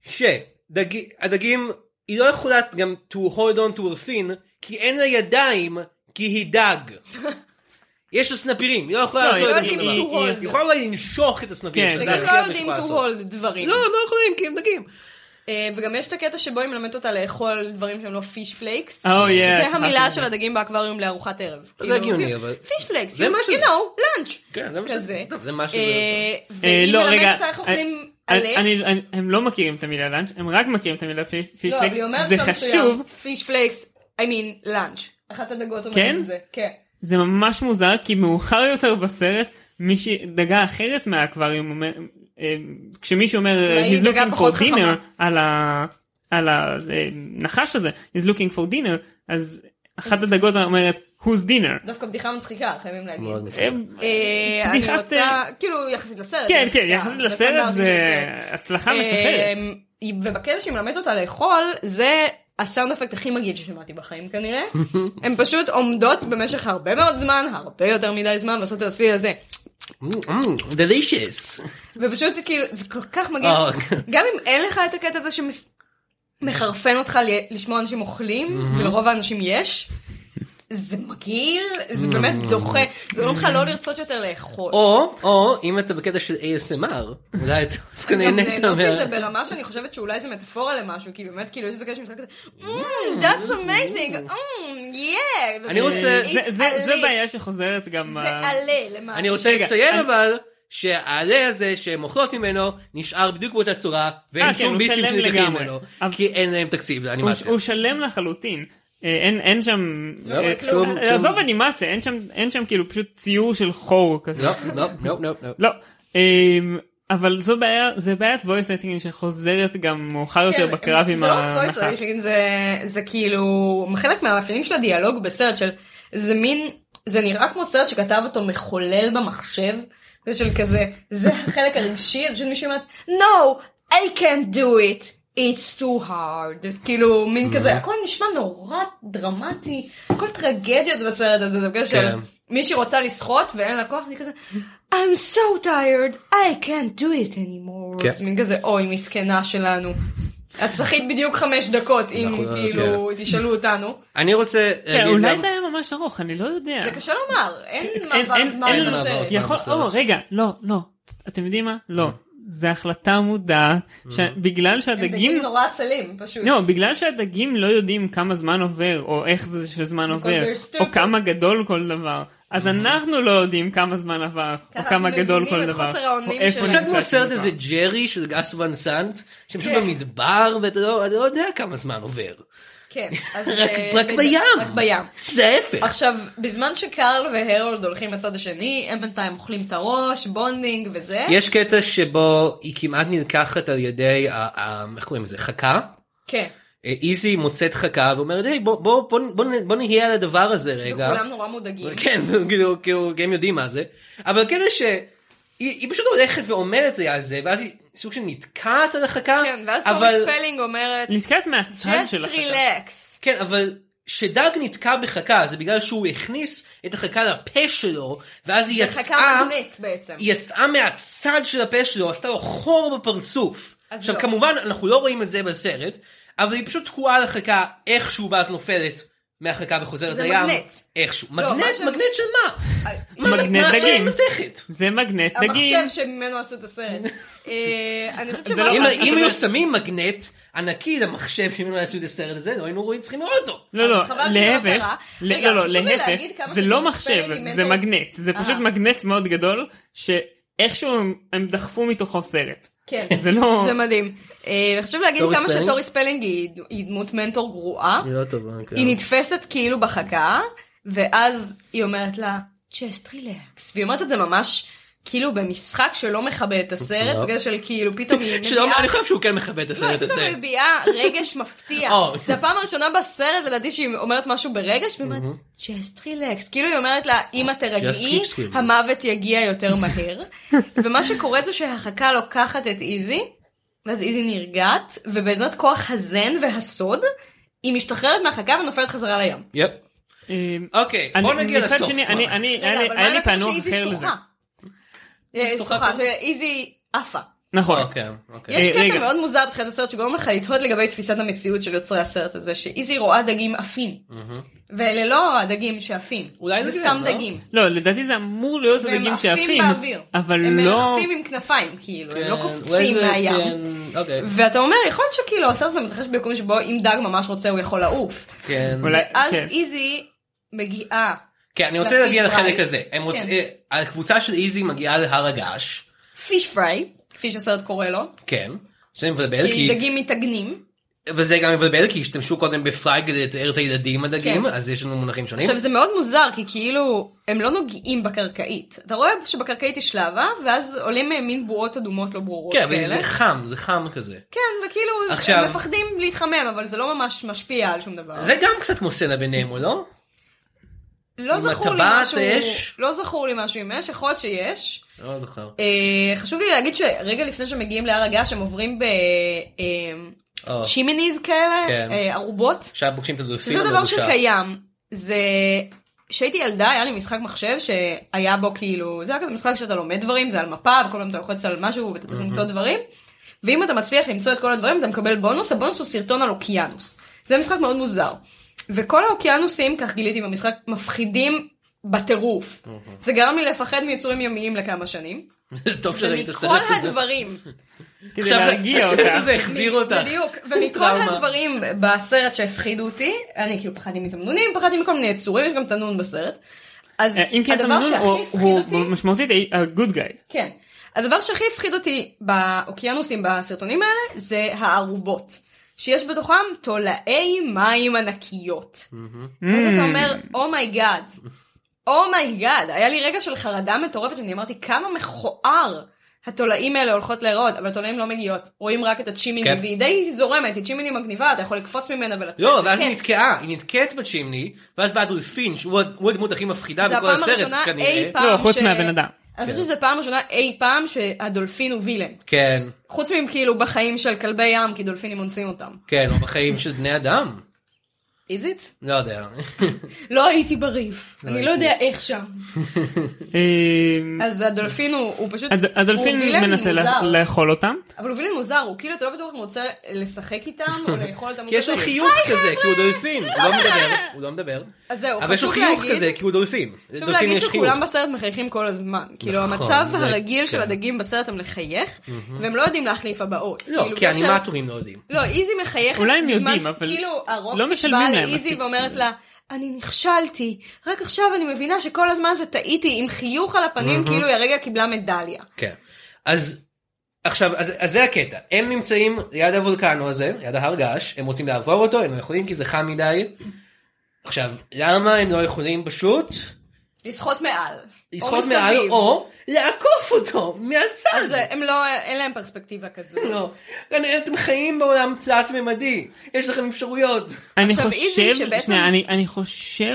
שהדגים, היא לא יכולה גם to hold on to her fin, כי אין לה ידיים, כי היא דג. יש לה סנפירים, היא לא יכולה לעשות את זה. היא יכולה לנשוך את הסנפירים. הם לא יודעים to hold דברים. לא, הם לא יכולים, כי הם דגים. וגם יש את הקטע שבו היא מלמדת אותה לאכול דברים שהם לא פיש פלייקס, שזה המילה של הדגים באקווריום לארוחת ערב. זה הגיוני, אבל... פיש פלייקס, you know, lunch. כזה. זה משהו... והיא מלמדת אותה איך אוכלים עלה. הם לא מכירים את המילה לאנץ', הם רק מכירים את המילה פיש פלייקס. לא, אבל היא אומרת זה חשוב. פיש פלייקס, I mean lunch. אחת הדגות אומרת את זה. כן? זה ממש מוזר, כי מאוחר יותר בסרט, מישהי דגה אחרת מהאקווריום אומר... כשמישהו אומר he's looking for dinner על הנחש הזה he's looking for dinner, אז אחת הדגות אומרת who's dinner. דווקא בדיחה מצחיקה, חייבים להגיד. אני רוצה, כאילו יחסית לסרט. כן, כן, יחסית לסרט זה הצלחה מסחרת. ובקטע שהיא מלמדת אותה לאכול, זה הסאונד אפקט הכי מגעיל ששמעתי בחיים כנראה. הן פשוט עומדות במשך הרבה מאוד זמן, הרבה יותר מדי זמן, ועושות את הצליל הזה. delicious. ופשוט כאילו זה כל כך מגעיל, גם אם אין לך את הקטע הזה שמחרפן אותך לשמוע אנשים אוכלים, ולרוב האנשים יש, זה מגעיל, זה באמת דוחה, זה לא לך לא לרצות יותר לאכול. או, או, אם אתה בקטע של איי אס אם אר, אולי אתה דווקא נהנית. נהנות מזה ברמה שאני חושבת שאולי זה מטאפורה למשהו, כי באמת כאילו יש איזה קטע שמשחק כזה, that's amazing, yeah. אני רוצה, זה בעיה שחוזרת גם... זה עלה למה. אני רוצה לציין אבל, שהעלה הזה שהם אוכלות ממנו, נשאר בדיוק באותה צורה, ואין שום ביסים שנלקחים ממנו, כי אין להם תקציב לאנימציה. הוא שלם לחלוטין. אין אין שם עזוב אנימציה, אין שם אין שם כאילו פשוט ציור של חור כזה. לא לא לא לא לא. אבל זו בעיה, זה בעיית voice acting שחוזרת גם מאוחר יותר בקרב עם הנחש. זה לא voice acting, זה כאילו חלק מהמאפיינים של הדיאלוג בסרט של זה מין, זה נראה כמו סרט שכתב אותו מחולל במחשב, ושל כזה, זה החלק הרגשי, אז פשוט מישהו אומרת, no, I can't do it. It's too hard, כאילו מין כזה, הכל נשמע נורא דרמטי, הכל טרגדיות בסרט הזה, זה בגלל של מישהי רוצה לשחות ואין לה כוח, אני כזה, I'm so tired, I can't do it anymore, זה מין כזה, אוי מסכנה שלנו, את שחית בדיוק חמש דקות אם כאילו תשאלו אותנו. אני רוצה, אולי זה היה ממש ארוך, אני לא יודע. זה קשה לומר, אין מעבר זמן בסרט. או רגע, לא, לא, אתם יודעים מה? לא. זה החלטה מודעת, בגלל שהדגים... הם דגים נורא עצלים, פשוט. לא, בגלל שהדגים לא יודעים כמה זמן עובר, או איך זה שזמן עובר, או כמה גדול כל דבר. אז אנחנו לא יודעים כמה זמן עבר, או כמה גדול כל דבר. אנחנו מבינים את חוסר האונים שלנו. חושב כמו סרט איזה ג'רי של גס ון סנט, שפשוט במדבר, ואתה לא יודע כמה זמן עובר. כן, רק בים. רק בים. זה ההפך. עכשיו, בזמן שקרל והרולד הולכים לצד השני, הם בינתיים אוכלים את הראש, בונדינג וזה. יש קטע שבו היא כמעט נלקחת על ידי, איך קוראים לזה, חכה? כן. איזי מוצאת חכה ואומרת, היי, בוא נהיה על הדבר הזה רגע. וכולם נורא מודאגים. כן, כי הם יודעים מה זה. אבל קטע שהיא פשוט הולכת ועומדת על זה, ואז היא סוג של נתקעת על החכה. כן, ואז תורי ספלינג אומרת, נתקעת מהצד של החכה. just relax. כן, אבל שדג נתקע בחכה, זה בגלל שהוא הכניס את החכה לפה שלו, ואז היא יצאה... זה חכה מגנט בעצם. היא יצאה מהצד של הפה שלו, עשתה לו חור בפרצוף. עכשיו כמובן, אנחנו לא רואים את זה בסרט, אבל היא פשוט תקועה על החכה, איכשהו ואז נופלת מהחכה וחוזרת לים. זה מגנט. איכשהו. מגנט? מגנט של מה? מגנט דגים. מתכת? זה מגנט דגים. המחשב שממנו עשו את הסרט. אם היו שמים מגנט ענקי למחשב שאם לא יעשו את הסרט הזה, לא היינו רואים צריכים לראות אותו. לא, לא, חבל שלא להפך, קרה. ל- רגע, לא, לא, חשוב לי להפך, להגיד כמה זה לא שטורי מחשב, ספלינג זה מנטור- מגנט, זה פשוט אה. מגנט מאוד גדול, שאיכשהו הם- הם דחפו מתוכו סרט. כן, זה לא... זה מדהים. אה, וחשוב להגיד טורי כמה ספלינג? שטורי ספלינג היא היא דמות מנטור גרועה. היא לא טובה, כן. היא נתפסת כאילו בחכה, ואז היא אומרת לה, just relax. והיא אומרת את זה ממש כאילו במשחק שלא מכבד את הסרט, לא. בגלל של כאילו פתאום היא שלא, מביאה... אני חושב שהוא כן מכבד את לא, הסרט היא פתאום הזה. מביאה רגש מפתיע. או. זה הפעם הראשונה בסרט, לדעתי שהיא אומרת משהו ברגש, והיא אומרת, just relax. כאילו היא אומרת לה, אמא תרגעי, keep screaming. המוות יגיע יותר מהר. ומה שקורה זה שהחכה לוקחת את איזי, ואז איזי נרגעת, ובעזרת כוח הזן והסוד, היא משתחררת מהחכה ונופלת חזרה לים. יפ. אמ, אוקיי, אני- בוא נגיע מצד לסוף. שני, כבר. אני, אני, רגע, היה לי- אבל היה מה לי לקחת פענוח שאיזי אחר לזה. שוחה? אה, שוחה שוחה, טוב. שאיזי עפה. נכון. אוקיי, אוקיי. יש אה, קטע רגע. מאוד מוזר בתחילת הסרט שגורם לך לתהות לגבי תפיסת המציאות של יוצרי הסרט הזה, שאיזי רואה דגים עפים. ואלה לא הדגים שעפים. אולי זה זה סתם כן, לא? דגים. לא, לדעתי זה אמור להיות והם הדגים עפים שעפים, באוויר. אבל הם לא... עפים עם כנפיים, כאילו, הם לא כן, אולי קופצים זה- מהים. כן, אוקיי. ואתה אומר, יכול להיות שכאילו הסרט הזה מתרחש ביקום שבו אם דג ממש רוצה הוא יכול לעוף. כן. אולי- אז כן. איזי מגיעה. כן, אני רוצה לפיש להגיע לחלק פריי. הזה. הם רוצ- כן. אה, הקבוצה של איזי מגיעה להר הגעש. פיש פריי, כפי שהסרט קורא לו, כן. זה מבלבל, כי כי... דגים מתאגנים. וזה וזה גם מבלבל, כי השתמשו קודם בפריי כדי לתאר את הילדים הדגים, כן. אז יש לנו מונחים שונים. עכשיו זה מאוד מוזר, כי כאילו הם לא נוגעים בקרקעית. אתה רואה שבקרקעית יש לבה, ואז עולים מהם מין בועות אדומות לא ברורות כן, אבל כאלה. זה חם, זה חם כזה. כן, וכאילו עכשיו- הם מפחדים להתחמם, אבל זה לא ממש משפיע על שום דבר. זה גם קצת כמו סצנה ביניהם, או לא? לא עם זכור לי הטבעת משהו, אש? לא זכור לי משהו עם אש, יכול להיות שיש. לא זוכר. אה, חשוב לי להגיד שרגע לפני שמגיעים להר הגעש הם עוברים או. בצ'ימיניז כאלה, כן. אה, ערובות, עכשיו פוגשים את הדולפין שזה דבר המרושע. שקיים. זה... כשהייתי ילדה היה לי משחק מחשב שהיה בו כאילו, זה היה כזה משחק שאתה לומד דברים, זה על מפה וכל פעם אתה לוחץ על משהו ואתה צריך למצוא דברים, ואם אתה מצליח למצוא את כל הדברים אתה מקבל בונוס, הבונוס הוא סרטון על אוקיינוס. זה משחק מאוד מוזר. וכל האוקיינוסים, כך גיליתי במשחק, מפחידים בטירוף. זה גרם לי לפחד מיצורים ימיים לכמה שנים. טוב שראית הסרט ומכל הזה. הדברים, כדי עכשיו להרגיע הסרט אותה. הזה החזיר אותך. בדיוק, ומכל טראומה. הדברים בסרט שהפחידו אותי, אני כאילו פחדתי מתמנונים, פחדתי מכל מיני יצורים, יש גם תנון בסרט. אז אה, אם כן, הדבר תמנון שהכי הוא- הפחיד הוא אותי, משמעותית ה-good guy. כן, הדבר שהכי הפחיד אותי באוקיינוסים בסרטונים האלה, זה הערובות. שיש בתוכם תולעי מים ענקיות. ואז אתה אומר, אומייגאד, אומייגאד, היה לי רגע של חרדה מטורפת, שאני אמרתי, כמה מכוער התולעים האלה הולכות להיראות, אבל התולעים לא מגיעות, רואים רק את הצ'ימיני, כן. והיא די זורמת, היא צ'ימיני מגניבה, אתה יכול לקפוץ ממנה ולצאת, לא, זה ואז היא כיף. נתקעה, היא נתקעת בצ'ימני, ואז בא הדולפין, שהוא הוא הדמות הכי מפחידה זה בכל הפעם הסרט הראשונה כנראה. אי פעם לא, חוץ ש- מהבן אדם. אני חושבת שזו פעם ראשונה אי פעם שהדולפין הוא וילן. כן, חוץ מכאילו בחיים של כלבי ים, כי דולפינים אונסים אותם. כן, או בחיים של בני אדם. is it? לא יודע. לא הייתי בריף, אני לא הייתי. יודע איך שם. אה, אז הדולפין הוא הוא פשוט, הד- הוא הדולפין וילן מנסה מוזר. לה- לאכול אותם. אבל הוא וילן מוזר, הוא כאילו אתה לא בטוח אם הוא רוצה לשחק איתם או לאכול אותם. כי יש לו הוא כזה, חיוך כזה, כי הוא דולפין, הוא לא מדבר, הוא לא מדבר. אז זהו, אבל יש לו חשוב חיוך להגיד, כזה, כי הוא דולפין. חשוב דולפין להגיד יש חיוך. שכולם בסרט מחייכים כל הזמן. כאילו נכון, המצב זה- הרגיל של כן. הדגים בסרט הם לחייך, והם לא יודעים להחליף הבאות. לא, כאילו, כי בגלל שה- האנימטורים לא יודעים. לא, איזי מחייכת, אולי הם בזמן יודעים, אבל שכאילו הרוקפיש לא משלמים באה להם לאיזי מספיק ואומרת בשביל לה, אני נכשלתי, רק עכשיו אני מבינה שכל הזמן זה טעיתי עם חיוך על הפנים, כאילו היא הרגע קיבלה מדליה. כן. אז עכשיו, אז, אז זה הקטע. הם נמצאים ליד הוולקנו הזה, ליד ההר געש, הם רוצים לעבור אותו, הם לא יכולים כי זה חם מדי. עכשיו, למה הם לא יכולים פשוט לשחות מעל. לשחות או מעל מסביב. או לעקוף אותו מהצד? אז אה, הם לא, אין להם פרספקטיבה כזו. לא, אתם חיים בעולם תלת ממדי, יש לכם אפשרויות. אני עכשיו, חושב, איזי שבעצם- שנייה, אני, אני חושב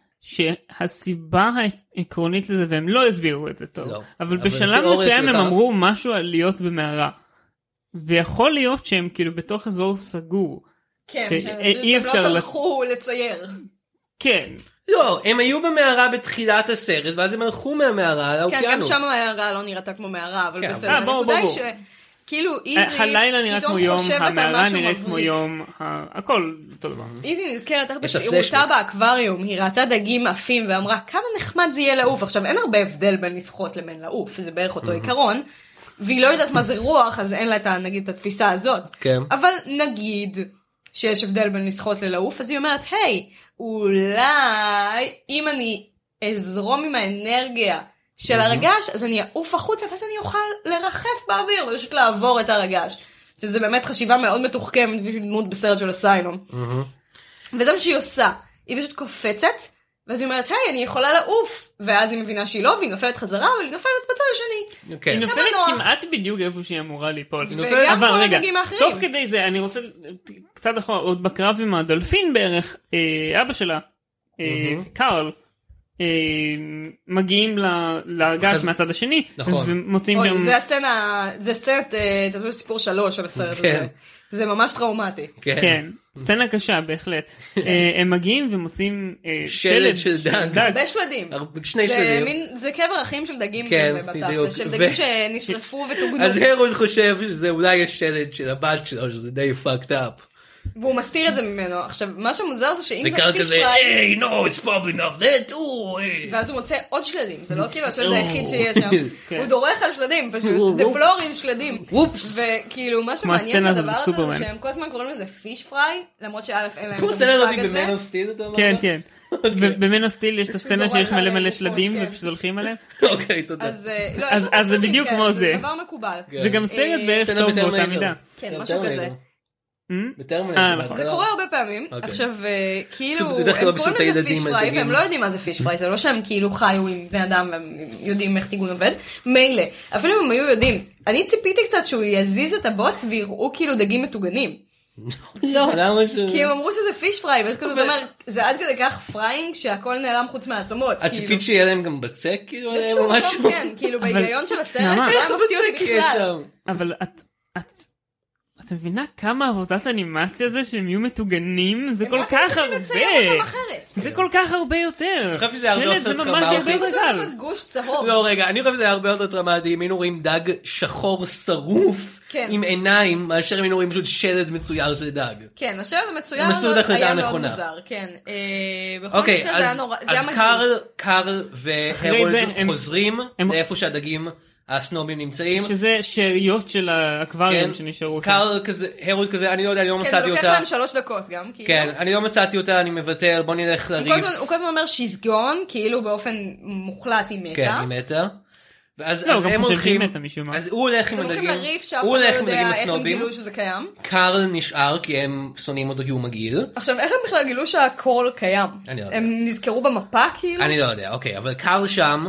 שהסיבה העקרונית לזה, והם לא הסבירו את זה טוב, לא. אבל אבל בשלב תיאוריה מסוים הם שלך- אמרו משהו על להיות במערה. ויכול להיות שהם כאילו בתוך אזור סגור. כן, שאי שהם אפשר לא לת- טרחו לצייר. כן. לא, הם היו במערה בתחילת הסרט, ואז הם הלכו מהמערה כן, גם לאוקיינוס. שם המערה לא נראתה כמו מערה, אבל כן, בסדר. אה, ברור, הנקודה היא ברור. שכאילו איזי הלילה נראה פתאום כמו יום, חושבת על המערה משהו נראית כמו מבריק. יום, ה- הכל אותו דבר. איזי נזכרת איך יש לה בצעירותה פלשבק. באקווריום, היא ראתה דגים עפים ואמרה כמה נחמד זה יהיה לעוף. עכשיו אין הרבה הבדל בין לשחות לבין לעוף, זה בערך אותו עיקרון, והיא לא יודעת מה זה רוח, אז אין לה את, נגיד, את התפיסה הזאת. כן. אבל נגיד שיש הבדל בין לשחות ללעוף, אז היא אומרת, היי, אולי אם אני אזרום עם האנרגיה של הרגש, אז אני אעוף החוצה, ואז אני אוכל לרחף באוויר, ופשוט לעבור את הרגש. שזה באמת חשיבה מאוד מתוחכמת, בשביל דמות בסרט של אסיילום. וזה מה שהיא עושה. היא פשוט קופצת, ואז היא אומרת, היי, אני יכולה לעוף. ואז היא מבינה שהיא לא, והיא נופלת חזרה, אבל היא נופלת בצד השני. כן. היא נופלת כמעט בדיוק איפה שהיא אמורה ליפול. וגם כל הדגים האחרים. תוך כדי זה, אני רוצה קצת אחורה, עוד בקרב עם הדולפין בערך, אבא שלה, קארל, מגיעים להרגש מהצד השני, ומוצאים שם... זה הסצנה, זה סצנת, תעשו סיפור שלוש על הסרט הזה. זה ממש טראומטי. כן, סצנה קשה בהחלט. הם מגיעים ומוצאים שלד של דג. הרבה שלדים. שני שלדים. זה קבר אחים של דגים כזה בתכל'ס, של דגים שנשרפו ותוגנו. אז הרולד חושב שזה אולי השלד של הבת שלו, שזה די fucked up. והוא מסתיר את זה ממנו. עכשיו, מה שמוזר זה שאם זה פיש כזה, פריי... hey, no, it's probably not that, oh, hey. ואז הוא מוצא עוד שלדים, זה לא כאילו השלד היחיד שיש שם. הוא דורך על שלדים, פשוט, the floor is שלדים. וכאילו, מה שמעניין בדבר הזה, זה שהם כל הזמן קוראים לזה פיש פריי, למרות שא' אין להם את המושג הזה. כן, כן. במן הסטיל יש את הסצנה שיש מלא מלא שלדים ופשוט הולכים עליהם. אוקיי, תודה. אז זה בדיוק כמו זה. זה דבר מקובל. זה גם סרט בערך טוב באותה מידה. כן, משהו כזה. זה קורה הרבה פעמים. עכשיו, כאילו, הם קוראים לזה פיש פריי, והם לא יודעים מה זה פיש פריי, זה לא שהם כאילו חיו עם בני אדם, והם יודעים איך טיגון עובד. מילא, אפילו אם הם היו יודעים, אני ציפיתי קצת שהוא יזיז את הבוץ, ויראו כאילו דגים מטוגנים. לא, למה ש... כי הם אמרו שזה פיש פריי, ויש כזה אומר, זה עד כדי כך פריינג, שהכל נעלם חוץ מהעצמות. את ציפית שיהיה להם גם בצק, כאילו, עליהם או משהו? כן, כאילו, בהיגיון של הסרט, זה היה מפתיע אותי בכלל. אבל את... את מבינה כמה עבודת אנימציה זה שהם יהיו מטוגנים? זה כל כך הרבה. זה כל כך הרבה יותר. שלט זה ממש הרבה יותר קל. גוש צהוב. לא רגע, אני חושב שזה הרבה יותר טראומטי אם היינו רואים דג שחור שרוף עם עיניים, מאשר אם היינו רואים פשוט שלט מצויר של דג. כן, השלט המצויר היה מאוד מוזר. כן. אוקיי, אז קארל והרולד חוזרים לאיפה שהדגים הסנובים נמצאים. שזה שאריות של האקווריום שנשארו. קארל כזה, הרולד כזה, אני לא יודע, אני לא מצאתי אותה. כן, זה לוקח להם שלוש דקות גם. כן, אני לא מצאתי אותה, אני מוותר, בוא נלך לריב. הוא כל הזמן אומר she's gone, כאילו באופן מוחלט היא מתה. כן, היא מתה. ואז לא, גם חושב שהיא מתה משום מה. אז הוא הולך עם הדגים. הם הולכים לריף שאף אחד לא יודע איך הם גילו שזה קיים. קארל נשאר כי הם שונאים אותו כי הוא מגעיל. עכשיו, איך הם בכלל גילו שהקול קיים? הם נזכרו במפה כאילו? אני לא יודע, אוקיי, אבל קארל שם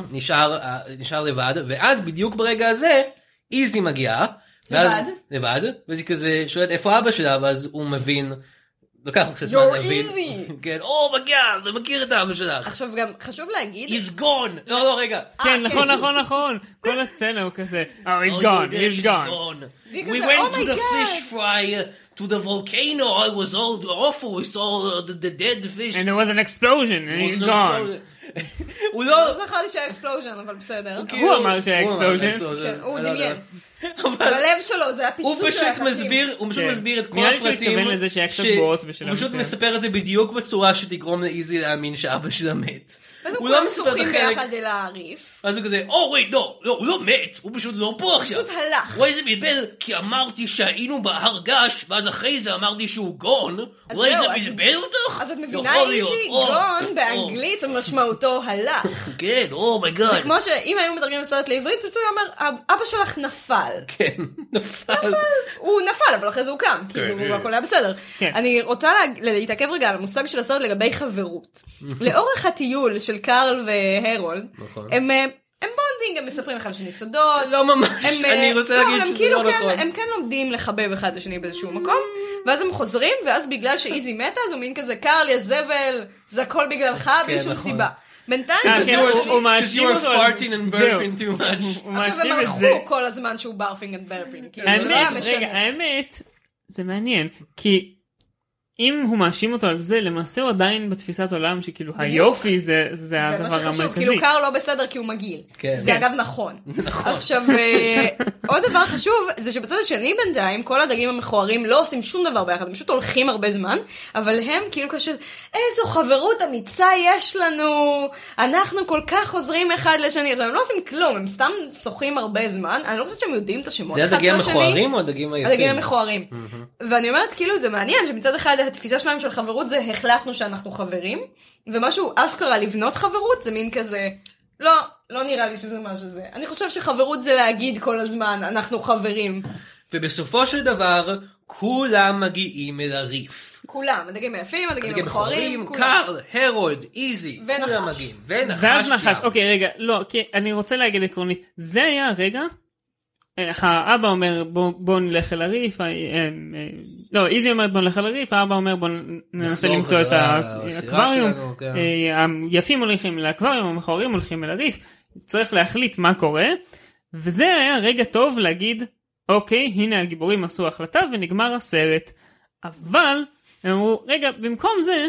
נשאר לבד, ואז בדיוק ברגע הזה, איזי מגיעה. לבד? לבד, ואז היא כזה שואלת איפה אבא שלה, ואז הוא מבין, לוקח קצת זמן להבין. You're easy. כן, או מגיע, אתה מכיר את אבא שלך. עכשיו גם חשוב להגיד. He's gone. לא, לא, רגע. כן, נכון, נכון, נכון. כל הסצנה הוא כזה, oh, he's gone, he's gone. We went to the fish fry, to the volcano, I was all awful, we saw the dead fish. And there was an explosion, and he's gone. הוא לא... לא זכרתי שהיה אקספלוז'ן, אבל בסדר. הוא אמר שהיה אקספלוז'ן. הוא דמיין. בלב שלו זה הפיצוץ של היחסים. הוא פשוט מסביר את כל נראה לי הפרטים. שהוא התכוון לזה שהיה קצת בוט בשלב הוא פשוט מספר את זה בדיוק בצורה שתגרום לאיזי להאמין שאבא שלה מת. ואז הוא כולם שוחים ביחד אל הריף. אז הוא כזה, או וואי, לא, הוא לא מת, הוא פשוט לא פה עכשיו. הוא פשוט הלך. וואי זה מבלבל, כי אמרתי שהיינו בהר גש, ואז אחרי זה אמרתי שהוא גון. וואי זה מבלבל אותך? אז את מבינה איזי, גון באנגלית משמעותו הלך. כן, או מי גאד. זה כמו שאם היו מדרגים בסרט לעברית, פשוט הוא אומר, אבא שלך נפל. כן, נפל. הוא נפל, אבל אחרי זה הוא קם, כאילו הכל היה בסדר. אני רוצה להתעכב רגע על המושג של הסרט לגבי חברות. לאורך הטיול של קארל והרולד, הם בונדינג, הם מספרים אחד לשני סודות. לא ממש, אני רוצה להגיד שזה לא נכון. הם כן לומדים לחבב אחד לשני באיזשהו מקום, ואז הם חוזרים, ואז בגלל שאיזי מתה, אז הוא מין כזה, קארל יא זבל, זה הכל בגללך, בלי שום סיבה. בינתיים, הוא מאשים אותו על farting and burping too much. עכשיו הם הלכו כל הזמן שהוא barfing and burping. רגע, האמת, זה מעניין, כי אם הוא מאשים אותו על זה, למעשה הוא עדיין בתפיסת עולם שכאילו היופי זה הדבר המרכזי. כאילו קארל לא בסדר כי הוא מגעיל. זה אגב נכון. עכשיו, עוד דבר חשוב, זה שבצד השני בינתיים, כל הדגים המכוערים לא עושים שום דבר ביחד, הם פשוט הולכים הרבה זמן, אבל הם כאילו כאשר, איזו חברות אמיצה יש לנו, אנחנו כל כך עוזרים אחד לשני, הם לא עושים כלום, הם סתם שוחים הרבה זמן, אני לא חושבת שהם יודעים את השמות. זה הדגים המכוערים או הדגים היפים? הדגים המכוערים. ואני אומרת, כאילו, זה מעניין שמצד אחד התפיסה שלהם של חברות זה החלטנו שאנחנו חברים, ומשהו אשכרה לבנות חברות זה מין כזה, לא, לא נראה לי שזה משהו זה. אני חושב שחברות זה להגיד כל הזמן, אנחנו חברים. ובסופו של דבר, כולם מגיעים אל הריף. כולם, הדגים היפים, הדגים המכוערים, כולם. קארל, הרולד, איזי, כולם מגיעים. ונחש. ואז נחש, אוקיי, רגע, לא, כי אני רוצה להגיד עקרונית, זה היה הרגע, האבא אומר בוא נלך אל הריף, לא, איזי אומרת בוא נלך אל הריף, האבא אומר בוא ננסה למצוא את האקווריום, היפים הולכים לאקווריום, המכוערים הולכים אל הריף, צריך להחליט מה קורה, וזה היה רגע טוב להגיד, אוקיי, הנה הגיבורים עשו החלטה ונגמר הסרט, אבל הם אמרו, רגע, במקום זה,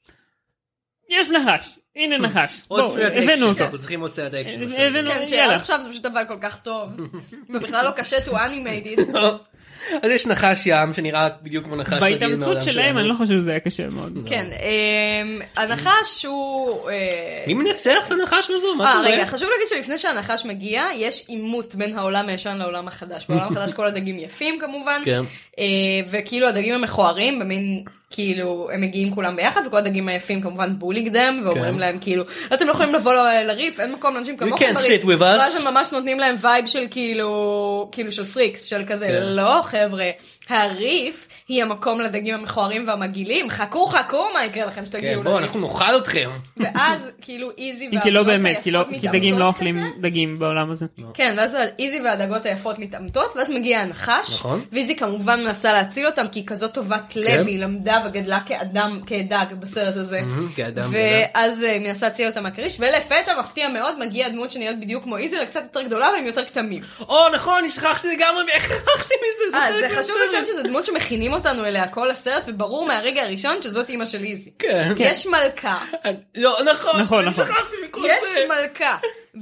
יש נחש, הנה נחש, בואו, הבאנו אותו. אנחנו צריכים עוד סרט אקשן. כן, שעד עכשיו זה פשוט אבל כל כך טוב, ובכלל לא קשה to animated. אז יש נחש ים שנראה בדיוק כמו נחש רגיל. בהתאמצות שלהם אני לא חושב שזה היה קשה מאוד. כן, הנחש הוא... מי מנצח את הנחש בזו? מה קורה? רגע, חשוב להגיד שלפני שהנחש מגיע, יש עימות בין העולם הישן לעולם החדש. בעולם החדש כל הדגים יפים כמובן, וכאילו הדגים המכוערים, במין... כאילו הם מגיעים כולם ביחד וכל הדגים היפים כמובן בולינג דם ואומרים להם כאילו אתם לא יכולים לבוא לריף, אין מקום לאנשים כמוכם בריף, ואז הם ממש נותנים להם וייב של כאילו כאילו של פריקס של כזה, לא חבר'ה, הריף היא המקום לדגים המכוערים והמגעילים, חכו חכו מה יקרה לכם שתגיעו לריף, בואו אנחנו נאכל אתכם, ואז כאילו איזי כי לא באמת, כי דגים לא אוכלים דגים בעולם הזה, כן, ואז איזי והדגות היפות מתעמתות ואז מגיע הנחש ואיזי כמובן מנסה להציל אותם כי היא כזאת טובת לב, היא למדה וגדלה כאדם, כדג בסרט הזה. ואז היא מנסה להציל אותה מהקריש, ולפתע מפתיע מאוד מגיע הדמות שנראית בדיוק כמו איזי, רק קצת יותר גדולה והם יותר קטמים. או נכון, שכחתי לגמרי, איך שכחתי מזה? זה חשוב לציין שזו דמות שמכינים אותנו אליה כל הסרט, וברור מהרגע הראשון שזאת אמא של איזי. יש מלכה. לא, נכון, נכון, נכון. יש מלכה.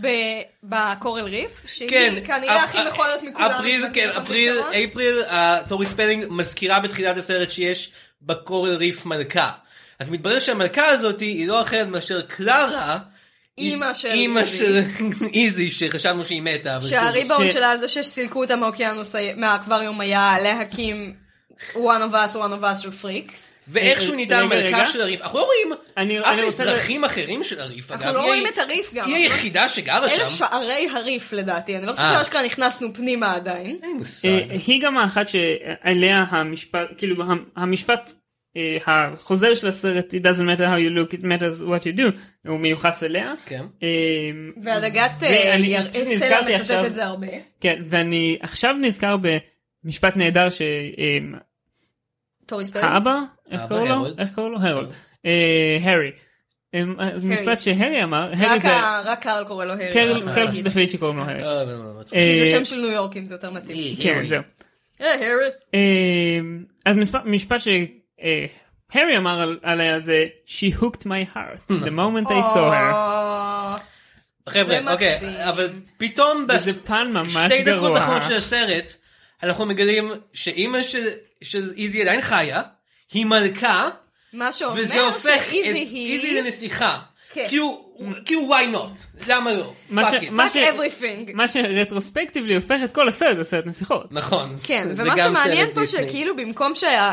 בקורל ריף, שהיא כנראה הכי מכוערת מכולם. אפריל, כן, אפריל, אפריל, טורי ספלינג מזכירה בתחילת הסרט שיש בקורל ריף מלכה. אז מתברר שהמלכה הזאת היא לא אחרת מאשר קלרה, אימא של איזי, שחשבנו שהיא מתה. שהריבאון שלה על זה שסילקו אותה מהאוקיינוס, מהאקווריום היה להקים one of us, one of us של פריקס. ואיכשהו ניתן המלכה של הריף, אנחנו לא רואים אף אזרחים אחרים של הריף. אנחנו לא רואים את הריף גם. היא היחידה שגרה שם. אלה שערי הריף לדעתי, אני לא חושבת שאשכרה נכנסנו פנימה עדיין. היא גם האחת שעליה המשפט, כאילו המשפט החוזר של הסרט, it doesn't matter how you look, it matters what you do, הוא מיוחס אליה. והדגת סלע מצטט את זה הרבה. כן, ואני עכשיו נזכר במשפט נהדר ש... טורי ספלינג? האבא? איך קראו לו? איך קראו לו? הרולד. הרי. משפט שהרי אמר, רק קארל קורא לו הרי. קארל פשוט החליט שקוראים לו הרי. כי זה שם של ניו יורקים, זה יותר מתאים. כן, זהו. הרי. אז משפט שהרי אמר עליה זה, She hooked my heart, the moment I saw her. חבר'ה, אוקיי, אבל פתאום בשתי דקות אחרונות של הסרט, אנחנו מגלים שאימא של איזי עדיין חיה, היא מלכה, מה שאומר וזה הופך את איזי לנסיכה. כאילו why not? למה לא? fuck everything. מה שרטרוספקטיבלי הופך את כל הסרט לסרט נסיכות. נכון. כן, ומה שמעניין פה שכאילו במקום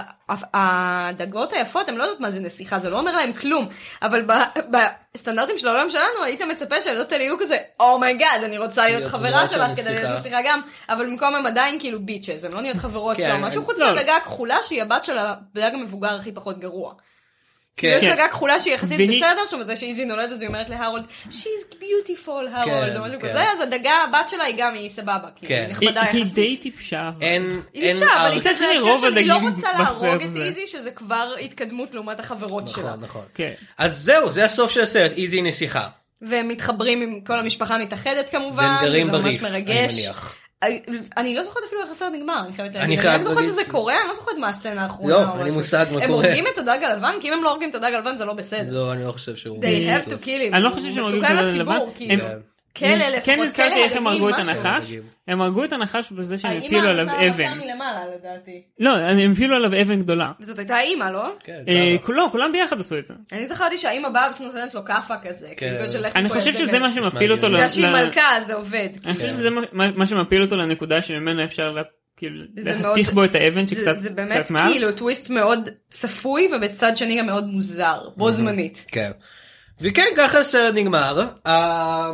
שהדגות היפות, הם לא יודעות מה זה נסיכה, זה לא אומר להם כלום, אבל בסטנדרטים של העולם שלנו, היית מצפה שהילדות האלה יהיו כזה, אומייגאד, אני רוצה להיות חברה שלך כדי להיות נסיכה גם, אבל במקום הם עדיין כאילו ביצ'ס, הם לא נהיות חברות שלו, משהו חוץ מהדגה הכחולה שהיא הבת של הדג המבוגר הכי פחות גרוע. יש דגה כחולה שהיא יחסית בסדר, שמתי שאיזי נולד אז היא אומרת להרולד, she's beautiful הרולד, או משהו כזה, אז הדגה הבת שלה היא גם היא סבבה, היא נחמדה יחסית. היא די טיפשה. היא טיפשה, אבל היא קצת שהיא לא רוצה להרוג את איזי, שזה כבר התקדמות לעומת החברות שלה. נכון, נכון. אז זהו, זה הסוף של הסרט, איזי נסיכה. והם מתחברים עם כל המשפחה מתאחדת כמובן, וזה ממש מרגש. אני לא זוכרת אפילו איך הסרט נגמר, אני חייבת להגיד, אני לא זוכרת שזה קורה, אני לא זוכרת מה הסצנה האחרונה. לא, אין לי מושג מה קורה. הם הורגים את הדג הלבן, כי אם הם לא הורגים את הדג הלבן זה לא בסדר. לא, אני לא חושב שהוא... They have to kill him. אני לא חושב שהם הורגים את הדג הלבן. כלא לפחות, כן כלא נזכרתי איך הם הדגים, הרגו את משהו. הנחש, הם הרגו את הנחש בזה שהם האמא הפילו עליו נתנה אבן. אותה מלמעלה לדעתי. לא, הם הפילו עליו אבן גדולה. וזאת הייתה האמא, לא? כן, אה, כמה. לא, כולם ביחד עשו את זה. אני זכרתי שהאמא באה ונותנת לו כאפה כזה, כאילו של לך אני מפה חושב איזה שזה מלך. מה שמפיל אותו ל- והשהיא ל- מלכה, זה עובד. אני כאילו. חושב שזה מה- מה שמפיל אותו לנקודה שממנה אפשר לה- כאילו זה להחתיך מאוד- בו את האבן זה- שקצת זה באמת קצת מעל. כאילו טוויסט מאוד צפוי, ובצד שני גם מאוד מוזר, בו זמנית. כן. וכן, ככה הסרט נגמר. אה,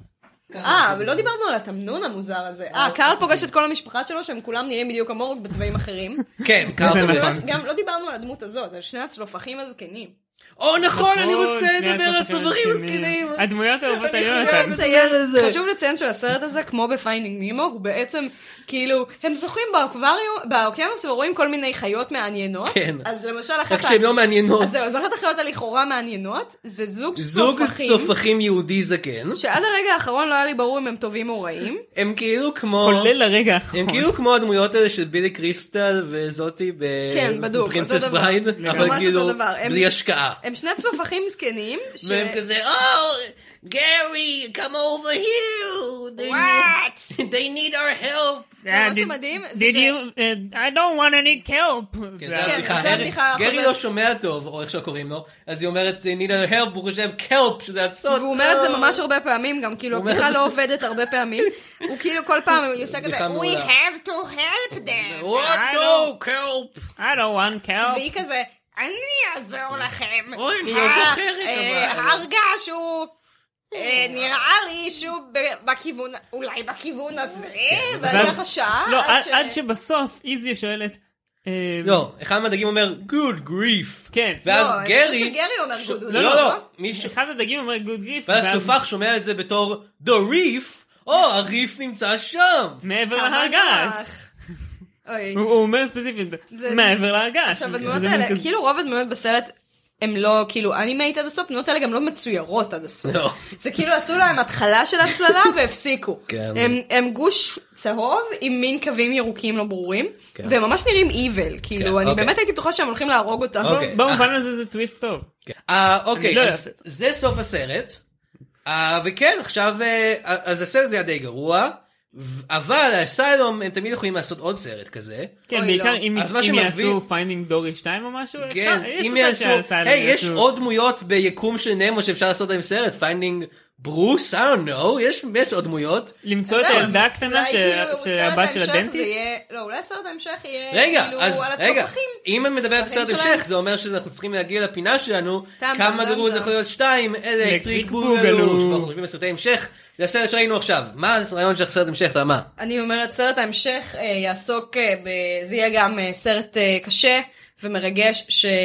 אה, ולא דיברנו על התמנון המוזר הזה. אה, קארל פוגש את כל המשפחה שלו, שהם כולם נראים בדיוק כמוהו, רק בצבעים אחרים. כן, זה ככה. נכון. גם לא דיברנו על הדמות הזאת, על שני הצלופחים הזקנים. או נכון, אני נכון, רוצה שני לדבר על הצלופחים צווחים הזקנים. הזקנים. הדמויות האהובות אני היו חייב אותן. לציין את זה. חשוב לציין שהסרט הזה, כמו בפיינדינג נימו, הוא בעצם, כאילו, הם זוכים באקווריום, באוקיינוס ורואים כל מיני חיות מעניינות. כן. אז למשל, אחת... רק שהן לא מעניינות. אז זהו, אז אחת החיות הלכאורה מעניינות, זה זוג זוג צלופחים, צופחים יהודי זקן. שעד הרגע האחרון לא היה לי ברור אם הם טובים או רעים. הם כאילו כמו... כולל לרגע האחרון. הם כאילו כמו הדמויות האלה של בילי קריסטל וזאתי כן, בדוק, בפרינסס אותו דבר. ברייד, אבל ממש כאילו אותו דבר. הם- בלי השקעה. הם שני צלופחים זקנים, ש... והם כזה, Oh, Gary, come over here. They What? need, they need our help. ומה did- שמדהים זה did ש- you- uh, I don't want any kelp. כן, זה זה ה- הבדיחה. זה הבדיחה גרי החוזרת. לא שומע טוב, או איך שקוראים לו, אז היא אומרת, they need our help, הוא חושב kelp, שזה הצות. והוא אומר את זה ממש הרבה פעמים, גם כאילו הוא אומר הבדיחה את זה. לא עובדת הרבה פעמים. הוא כאילו כל פעם, הוא עושה כזה, בדיחה we מעולה. have to help them. What? I No, kelp. I don't want kelp. והיא כזה, אני אעזור לכם. אוי, אני לא ה- זוכרת, אה, אבל. ההרגש הוא... אה, נראה לי שהוא ב- בכיוון, אולי בכיוון הזה, כן, ואני לך שעה. לא, עד עד- ש- עד שבסוף איזי שואלת. אה, לא, אחד מהדגים אומר, good grief. כן. ואז לא, אני גרי... חושבת שגרי אומר ש- good לא, grief, לא, לא? לא. מי ש- אחד הדגים אומר גוד גריף. ואז סופח שומע את זה בתור the reef, או הריף נמצא שם. מעבר אבל להרגש. כך. אוי. הוא הוא אומר ספציפית, זה- מעבר להרגש. עכשיו הדמויות וזה מין האלה, כזה- כאילו רוב הדמויות בסרט הם לא כאילו אנימייט עד הסוף, הדמויות האלה גם לא מצוירות עד הסוף. לא. זה כאילו עשו להם התחלה של הצללה והפסיקו. כן. הם- הם גוש צהוב עם מין קווים ירוקים לא ברורים, כן. והם ממש נראים איבל, כאילו אני אוקיי. באמת הייתי בטוחה שהם הולכים להרוג אותם. אוקיי. במובן הזה זה טוויסט טוב. אה, אוקיי, אני לא אז אעשה את זה סוף הסרט. אה, וכן, עכשיו, אה, אז הסרט זה היה די גרוע, ו- אבל האסיילום הם תמיד יכולים לעשות עוד סרט כזה. כן, אוי, בעיקר לא. אם אז מה אם שמביא- יעשו פיינדינג דורי שתיים או משהו. כן, אפשר- יש אם מצב יעשו, שהאסיילום היי, יש יעשו- עוד דמויות ביקום של נמו שאפשר לעשות להם סרט, פיינדינג ברוס, I don't know, יש יש עוד דמויות. למצוא את זהו, הילדה הקטנה אולי ש- כאילו שהבת סרט של ההמשך הדנטיסט. זה יהיה- לא, אולי סרט ההמשך יהיה רגע, כאילו אז על רגע, הצלופחים. אם אני מדבר על סרט הצלופחים שלהם. המשך, זה אומר שאנחנו צריכים להגיע לפינה שלנו, טם, כמה טם, גרוע טם, זה יכול להיות שתיים, אלקטריק אלקטריק בוגלו, בוגלו. שאנחנו חושבים על סרטי המשך, זה הסרט שראינו עכשיו, מה הרעיון של סרט המשך, למה? אני אומרת, סרט ההמשך אה, יעסוק, אה, ב- זה יהיה גם אה, סרט אה, קשה ומרגש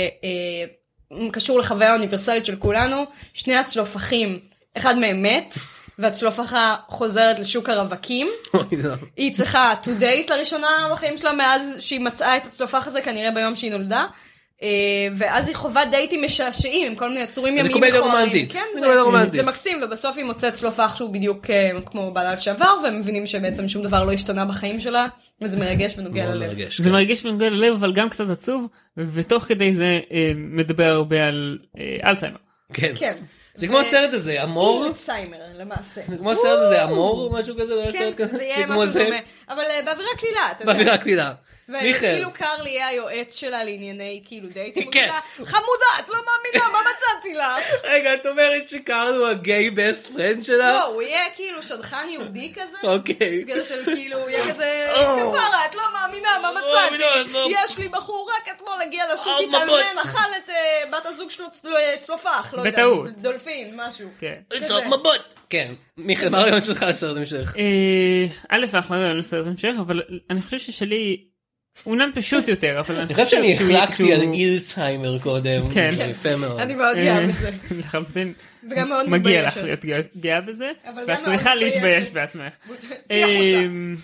שקשור לחוויה האוניברסלית של כולנו. שני הצלופחים, אחד מהם מת, והצלופחה חוזרת לשוק הרווקים. היא צריכה to date לראשונה בחיים שלה מאז שהיא מצאה את הצלופח הזה, כנראה ביום שהיא נולדה. אה, ואז היא חובה דייטים משעשעים עם כל מיני יצורים זה ימיים קומדיה מכוערים. רומנטית. כן, זה זה, קומדיה רומנטית. זה מקסים, ובסוף היא מוצאת צלופח שהוא בדיוק אה, כמו בעלת שעבר, והם מבינים שבעצם שום דבר לא השתנה בחיים שלה, וזה מרגש ונוגע מאוד ללב. מרגש, זה כן. מרגיש מנוגע ללב אבל גם קצת עצוב, ותוך כדי זה אה, מדבר הרבה על אה, אלצהיימר. כן. כן. זה כמו הסרט הזה, אמור, אלצהיימר, למעשה. זה כמו הסרט הזה, אמור או משהו כזה, לא כן, סרט כזה? זה יהיה כמו משהו זה? דומה. אבל אה, באווירה קלילה, אתה יודע. באווירה קלילה. מיכאל. וכאילו קרל יהיה היועץ שלה לענייני כאילו דייטים. הוא כן. יגיד לה, חמודה, את לא מאמינה, מה מצאתי לך? רגע, את אומרת שקרל הוא הגיי בסט פרנד שלה? לא, הוא יהיה כאילו שדכן יהודי כזה. אוקיי. כזה של כאילו, הוא יהיה כזה, או. כפרה, את לא מאמינה, מה מאמינה, את מצאתי? לא- יש לי בחור רק אתמול הגיע לשוק, אה, התאלמן, מבט. אכל את אה, בת הזוג שלו צל- צלופח, לא יודע, בטעות. דולפין, משהו. כן. כזה. מבט. כן. מיכאל, מה הרעיון שלך לסרט המשך? אה, א' אחלה רעיון לסרט המשך, אבל אני חושב ששלי הוא אומנם פשוט יותר, אבל אני חושב שאני שהוא- החלקתי על שהוא- אילצהיימר קודם. כן. זה יפה מאוד. אני מאוד גאה אה, בזה. לחלוטין. וגם מאוד מגיע לך מתביישת. להיות גאה- גאה בזה, אבל גם ואת מאוד צריכה להתבייש מתביישת. בעצמך. צאי החוצה. אמ,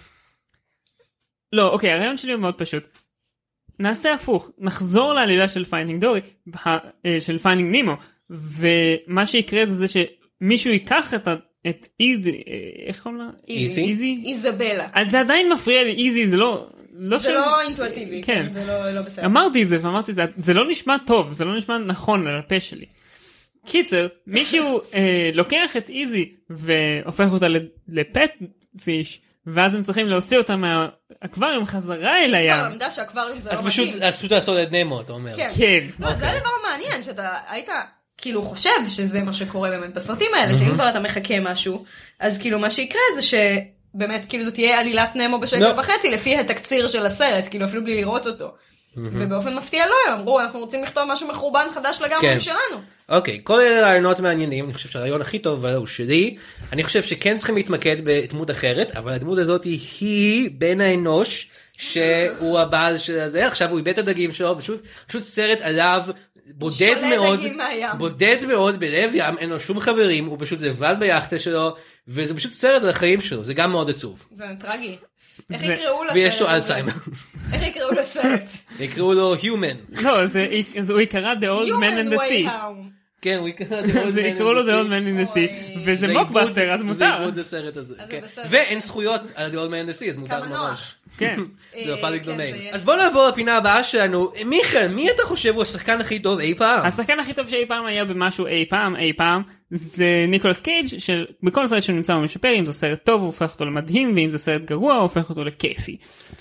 לא, אוקיי, הרעיון שלי הוא מאוד פשוט. נעשה הפוך, נחזור לעלילה של פיינדינג דורי, ה- אה, של פיינדינג נימו, ומה שיקרה זה זה שמישהו ייקח את ה- את איזי, אה, איך קוראים לה? איזי. איזי? איזבלה. אז זה עדיין מפריע לי, איזי זה לא... לא זה של- לא אינטואיטיבי, כן. כן, זה לא לא בסדר. אמרתי את זה ואמרתי את זה, זה לא נשמע טוב, זה לא נשמע נכון על הפה שלי. קיצר, מישהו אה, לוקח את איזי והופך אותה לפט פיש, ואז הם צריכים להוציא אותה מהאקווריום חזרה אל הים. כבר למדה שהאקווריום זה לא מתאים. אז פשוט לעשות את נמו, אתה אומר. כן. כן. לא, זה הדבר המעניין, שאתה היית כאילו חושב שזה מה שקורה באמת בסרטים האלה, שאם כבר אתה מחכה משהו, אז כאילו מה שיקרה זה שבאמת כאילו זאת תהיה עלילת נמו בשקל וחצי, לפי התקציר של הסרט, כאילו אפילו בלי לראות אותו. ובאופן מפתיע לא, הם אמרו, אנחנו רוצים לכתוב משהו מחורבן חדש לגמרי שלנו. אוקיי, כל אלה רעיונות מעניינים, אני חושב שהרעיון הכי טוב הוא שלי, אני חושב שכן צריכים להתמקד בדמות אחרת, אבל הדמות הזאת היא בן האנוש, שהוא הבעל של זה, עכשיו הוא איבד את הדגים שלו, פשוט, פשוט סרט עליו בודד מאוד, בודד מאוד בלב ים, אין לו שום חברים, הוא פשוט לבד ביחדה שלו, וזה פשוט סרט על החיים שלו, זה גם מאוד עצוב. זה טרגי. איך יקראו לסרט? ויש לו אלצהיימר. איך יקראו לסרט? יקראו לו Human. לא, הוא יקרא The Old Man in the Sea. כן, הוא יקרא The Old Man in the Sea. זה יקראו לו The Old Man in the Sea, וזה מוקבאסטר, אז מותר. זה עיבוד לסרט הזה. ואין זכויות על The Old Man in the Sea, אז מותר ממש. כן. זה בפאבליק דומיין. אז בוא נעבור לפינה הבאה שלנו. מיכאל, מי אתה חושב הוא השחקן הכי טוב אי פעם? השחקן הכי טוב שאי פעם היה במשהו אי פעם, אי פעם, זה ניקולס קייג' שבכל סרט שהוא נמצא הוא משפר, אם זה סרט טוב הוא הופך אותו למדהים, ואם זה סרט גרוע הוא הופך אותו לכיפי.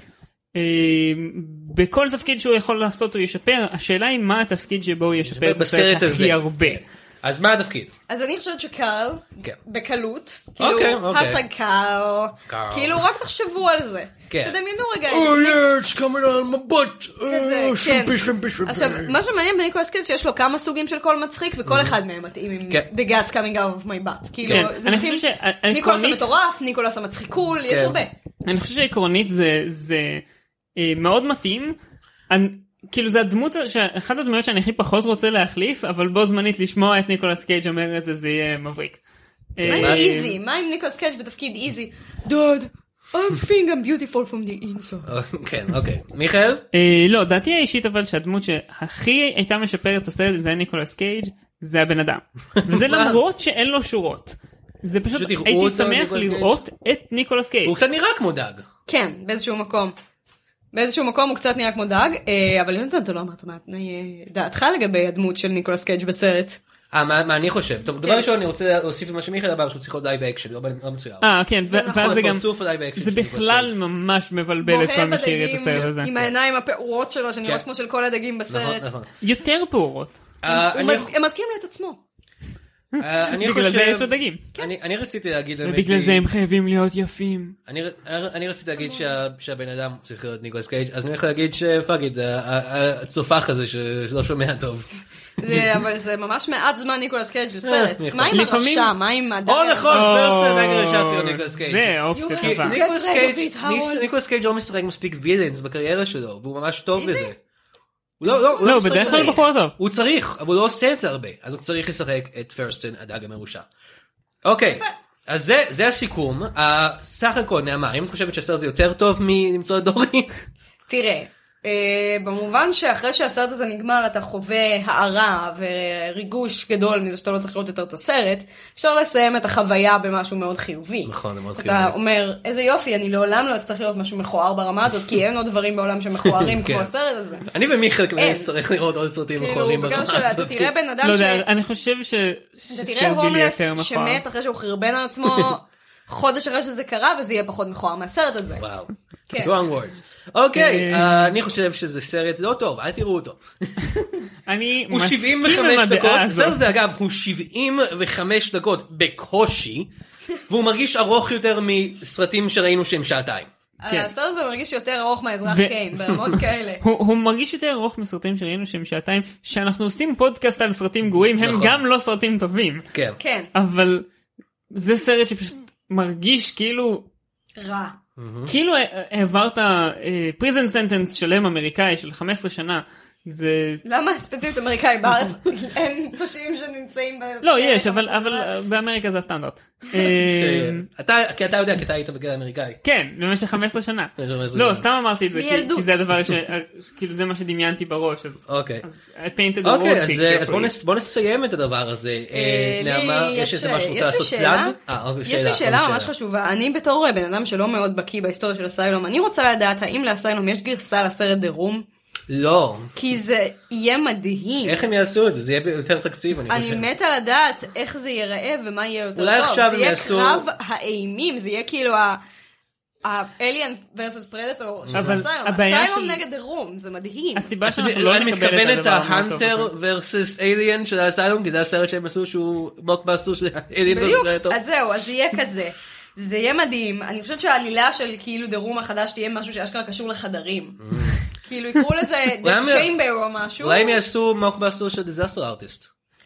בכל תפקיד שהוא יכול לעשות הוא ישפר, השאלה היא מה התפקיד שבו הוא ישפר את הסרט הכי הרבה. אז מה התפקיד? אז אני חושבת שקל, בקלות, אוקיי, כאילו, אוקיי. השטג קל, כאילו רק תחשבו על זה. כן. תדמיינו רגע. Oh yeah, it's coming on my butt. כזה, כן. שמפי, שמפי, שמפי. עכשיו, מה שמעניין בניקולס קייג' שיש לו כמה סוגים של קול מצחיק, וכל אחד מהם מתאים עם The Guts Coming Out of My Butt. כאילו, זה מתאים, ניקולס המטורף, ניקולס המצחיקול, יש הרבה. אני חושב שעקרונית זה מאוד מתאים. כאילו זה הדמות, אחת הדמויות שאני הכי פחות רוצה להחליף, אבל בו זמנית לשמוע את ניקולס קייג' אומר את זה, זה יהיה מבריק. מה עם איזי? מה עם ניקולס קייג' בתפקיד איזי? דוד, I think I'm beautiful from the inside. כן, אוקיי. מיכאל? לא, דעתי האישית אבל שהדמות שהכי הייתה משפרת את הסרט, אם זה היה ניקולס קייג', זה הבן אדם. וזה למרות שאין לו שורות. זה פשוט, הייתי שמח לראות את ניקולס קייג'. הוא קצת נראה כמו דג. כן, באיזשהו מקום. באיזשהו מקום הוא קצת נראה כמו דג, אבל יונתן, אתה לא אמרת מה דעתך לגבי הדמות של ניקולס קייג' בסרט. אה, מה אני חושב? טוב, דבר ראשון אני רוצה להוסיף מה שמיכאל אמר, שהוא צריך להיות לייב אקשן, לא מצויר. אה, כן, ואז זה גם, זה בכלל ממש מבלבל את כל מי שיראה את הסרט הזה. עם העיניים הפעורות שלו, שנראות כמו של כל הדגים בסרט. יותר פעורות. הם מזכירים לי את עצמו. בגלל זה יש לו דגים. אני רציתי להגיד... ובגלל זה הם חייבים להיות יפים. אני רציתי להגיד שהבן אדם צריך להיות ניקולס קייג', אז אני הולך להגיד שפאגיד, הצופח הזה שלא שומע טוב. אבל זה ממש מעט זמן ניקולס קייג' בסרט. מה עם הרשע? מה עם הדגר? או נכון, פרסט הדגר הרשע ציון ניקולס קייג'. זה אופציה טובה. ניקולס קייג' לא משחק מספיק וילאנס בקריירה שלו, והוא ממש טוב בזה. לא, לא, בדרך כלל בחור טוב. הוא צריך, אבל הוא לא עושה את זה הרבה, אז הוא צריך לשחק את פרסטון הדג המרושע. אוקיי, אז זה הסיכום. סך הכל נעמה, אם את חושבת שהסרט זה יותר טוב מלמצוא את דורי? תראה, במובן שאחרי שהסרט הזה נגמר אתה חווה הערה וריגוש גדול מזה שאתה לא צריך לראות יותר את הסרט, אפשר לסיים את החוויה במשהו מאוד חיובי. נכון, זה מאוד חיובי. אתה אומר, איזה יופי, אני לעולם לא אצטרך לראות משהו מכוער ברמה הזאת, כי אין עוד דברים בעולם שמכוערים כמו הסרט הזה. אני ומיכאל כנראה אצטרך לראות עוד סרטים מכוערים ברמה הזאת. אתה תראה בן אדם ש... אני חושב שסרגילי יותר מכוער. שמת אחרי שהוא חרבן על עצמו חודש אחרי שזה קרה, וזה יהיה פחות מכוער מהסרט הזה. וואו. strong words. אוקיי, אני חושב שזה סרט לא טוב, אל תראו אותו. אני הוא שבעים וחמש דקות, הסרט זה אגב, הוא שבעים וחמש דקות בקושי, והוא מרגיש ארוך יותר מסרטים שראינו שהם שעתיים. הסרט הזה מרגיש יותר ארוך מהאזרח קיין, ברמות כאלה. הוא מרגיש יותר ארוך מסרטים שראינו שהם שעתיים, שאנחנו עושים פודקאסט על סרטים גרועים, הם גם לא סרטים טובים. כן. אבל זה סרט שפשוט מרגיש כאילו... רע. כאילו העברת פריזן סנטנס שלם אמריקאי של חמש עשרה שנה. למה ספציפית אמריקאי בארץ? אין פושעים שנמצאים... לא, יש, אבל באמריקה זה הסטנדרט. כי אתה יודע, כי אתה היית בגלל אמריקאי. כן, במשך חמש עשרה שנה. לא, סתם אמרתי את זה, כי זה הדבר ש... כאילו זה מה שדמיינתי בראש. אוקיי. אז I painted the world picture. אז בוא נסיים את הדבר הזה. נעמה, יש איזה משהו רוצה לעשות פלאג? יש לי שאלה ממש חשובה. אני בתור בן אדם שלא מאוד בקיא בהיסטוריה של אסיילום, אני רוצה לדעת האם לאסיילום יש גרסה לסרט The Room? לא. כי זה יהיה מדהים. איך הם יעשו את זה? זה יהיה יותר תקציב, אני חושב. אני מתה לדעת איך זה ייראה ומה יהיה יותר אולי טוב. עכשיו זה הם יהיה יעשו- קרב האימים, זה יהיה כאילו ה... האליאן versus פרדטור של אבל הסיילום, הבעיה הסיילום של- נגד הרום, זה מדהים. הסיבה שאנחנו לא אני נקבל מתכוון את את הדבר המאוד טוב ההאנטר הזה. versus alien של האסיילום, כי זה הסרט שהם עשו שהוא מוקבאסטר של alien בדיוק, versus predator. אז זהו, אז יהיה כזה. זה יהיה מדהים. אני חושבת שהעלילה של כאילו דה רום החדש תהיה משהו שאשכרה קשור לחדרים. כאילו יקראו לזה אולי The הם- Chamber או משהו. אולי הם יעשו מוקבאסטר של דיזסטר ארטיסט.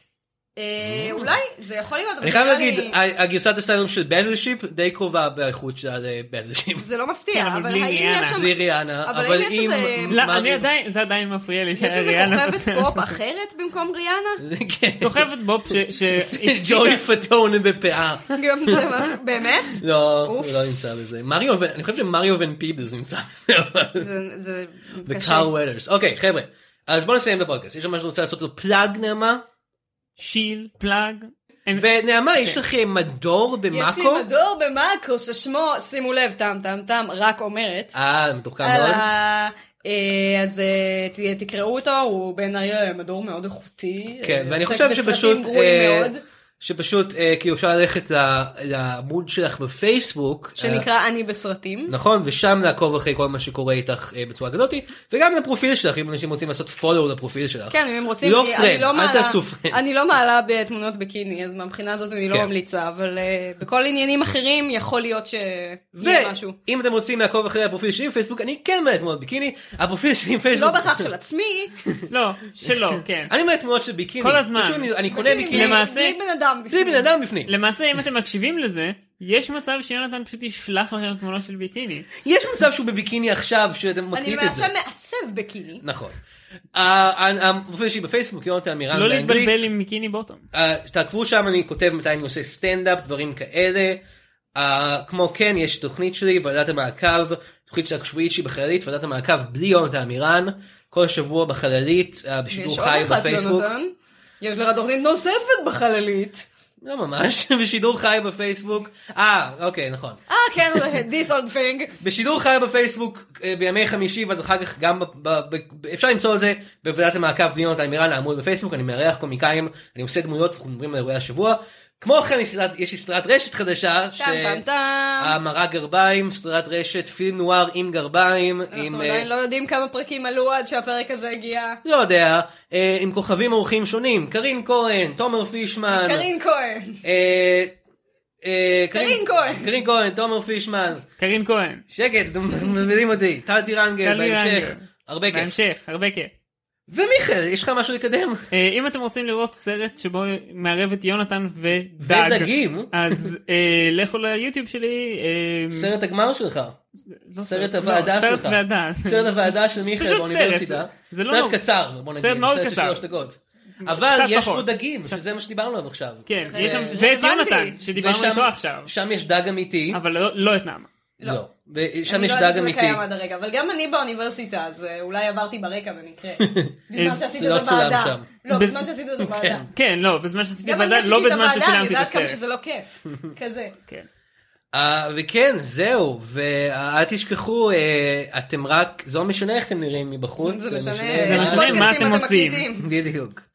אה, אולי, זה יכול להיות, אבל אני זה חייב נראה להגיד, לי- הגרסת הסיילום של בטלשיפ די קרובה באיכות של בטלשיפ. זה לא כן, מפתיע, אבל אבל בלי האם ריאנה. יש שם... בלי ריאנה, אבל אבל האם יש אם... איזה- לא, מה- אני עדיין, זה עדיין מפריע לי יש איזה שהריאנה כוכבת בסרט פופ הזה. אחרת במקום ריאנה? כן. כוכבת בוב ש- ג'וי שהפסיקה, פטון בפאה. גם זה משהו, באמת? לא, אוף. הוא לא נמצא בזה. מריו, ו- אני חושב שמריו ון פיבלס נמצא בזה. זה- זה קשה. וקארל ווית'רס. אוקיי, חבר'ה. אז בואו נסיים את הפודקאסט. יש שם משהו רוצה לעשות לו פלאג, נעמה? שיל, פלאג. ונעמה, יש לך מדור יש לי במאקו? מדור במאקו ששמו, שימו לב, טם טם טם, רק אומרת. אה, מתוחכם על מאוד. ה... אה, אז אה, ת- תקראו אותו, הוא בעיניי אה, מדור מאוד איכותי. כן, אה, ואני עוסק חושב בסרטים שפשוט, גרועים אה, מאוד, שפשוט, אה, כאילו אפשר ללכת ל- לעמוד שלך בפייסבוק. אה, שנקרא אני בסרטים. נכון, ושם לעקוב אחרי כל מה שקורה איתך אה, בצורה כזאתי, וגם לפרופיל שלך, אם אנשים רוצים לעשות פולו לפרופיל שלך. כן, אם הם רוצים, לא אני- פרנד, אני לא אל מעלה- תעשו פרנד. אני לא מעלה בתמונות ביקיני, אז מהבחינה הזאת אני לא כן. ממליצה, אבל אה, בכל עניינים אחרים יכול להיות שיהיה משהו. ואם אתם רוצים לעקוב אחרי הפרופיל שלי בפייסבוק, אני כן מעלה תמונות ביקיני, הפרופיל שלי בפייסבוק. לא בהכרח של עצמי, לא, שלא, כן. אני מעלה תמונות של ביקיני. כל הזמן. פשוט אני- אני קונה בלי- ביקיני. למעשה- בלי בן אדם. בלי בן אדם בפנים. למעשה, אם אתם מקשיבים לזה, יש מצב שיונתן פשוט ישלח לכם תמונות של ביקיני. יש מצב שהוא בביקיני עכשיו, שאתם אני מקליט את זה. למעשה מעצב ביקיני. נכון. ה- הפרופיל שלי בפייסבוק, יונתן מירן לא באנגלית. להתבלבל עם ביקיני בוטום. אה, תעקבו שם, אני כותב מתי אני עושה סטנדאפ, דברים כאלה. אה, כמו כן, יש תוכנית שלי, ועדת המעקב, תוכנית של השבועית שלי בחללית, ועדת המעקב בלי יונתן מירן, כל שבוע בחללית, אה, ויש בשידור עוד חי אחת, בפייסבוק. יונתן. יש לך תוכנית נוספת בחללית. לא ממש, בשידור חי בפייסבוק. אה, אוקיי, נכון. אה, כן, this old thing. בשידור חי בפייסבוק אה, בימי חמישי, ואז אחר כך גם, ב, ב, ב, אפשר למצוא את זה בוועדת המעקב בלי יונתן מירן, העמוד בפייסבוק, אני מארח קומיקאים, אני עושה דמויות, אנחנו מדברים על אירועי השבוע. כמו כן, יש סדרת- יש לי סדרת רשת חדשה, טם טם טם. המרה גרביים, סדרת רשת, פילם נואר עם גרביים, עם, אנחנו אה, עדיין לא יודעים כמה פרקים עלו עד שהפרק הזה הגיע. לא יודע, אה, עם כוכבים אורחים שונים, קרין כהן, תומר פישמן, קרין כהן. אה, אה, קרין כהן. קרין כהן, תומר פישמן, קרין כהן. שקט, אתם מבינים אותי, טל טירנגל, טל בהמשך, טירנגל. הרבה כיף. בהמשך, הרבה כיף. ומיכאל, יש לך משהו לקדם? אה, אם אתם רוצים לראות סרט שבו מערב את יונתן ודג, ודגים, אז אה, לכו ליוטיוב שלי. אה, סרט הגמר שלך, לא סרט לא, הוועדה סרט שלך. ועדה. סרט הוועדה של זה מיכאל פשוט באוניברסיטה, סרט, זה לא סרט נורא. קצר, בוא נגיד, סרט מאוד סרט של קצר. שלוש דקות. אבל קצת יש פחות. בו דגים, שזה מה שדיברנו עליו עכשיו. כן, זה יש שם, רלוונטי. ואת יונתן, שדיברנו ושם- איתו עכשיו. שם יש דג אמיתי, אבל לא- לא את נעמה. לא, ושם אני יש לא דג יודעת שזה אמיתי. קיים עד הרגע, אבל גם אני באוניברסיטה, אז אה, אולי עברתי ברקע במקרה. בזמן אז שעשיתי זה לא את צולם הוועדה. שם. לא, בז- בזמן שעשיתי את הוועדה. כן. כן, לא, בזמן שעשיתי גם אני ועדה, עשיתי לא את בזמן הוועדה, אני שצילמתי את יודעת כמה הסרט. שזה לא כיף. כזה. כן. אה, וכן, זהו, ואל תשכחו, אה, אתם רק, זה לא משנה איך אתם נראים מבחוץ, זה משנה, זה איזה משנה מה פודקאסטים אתם עושים. מקליטים. בדיוק.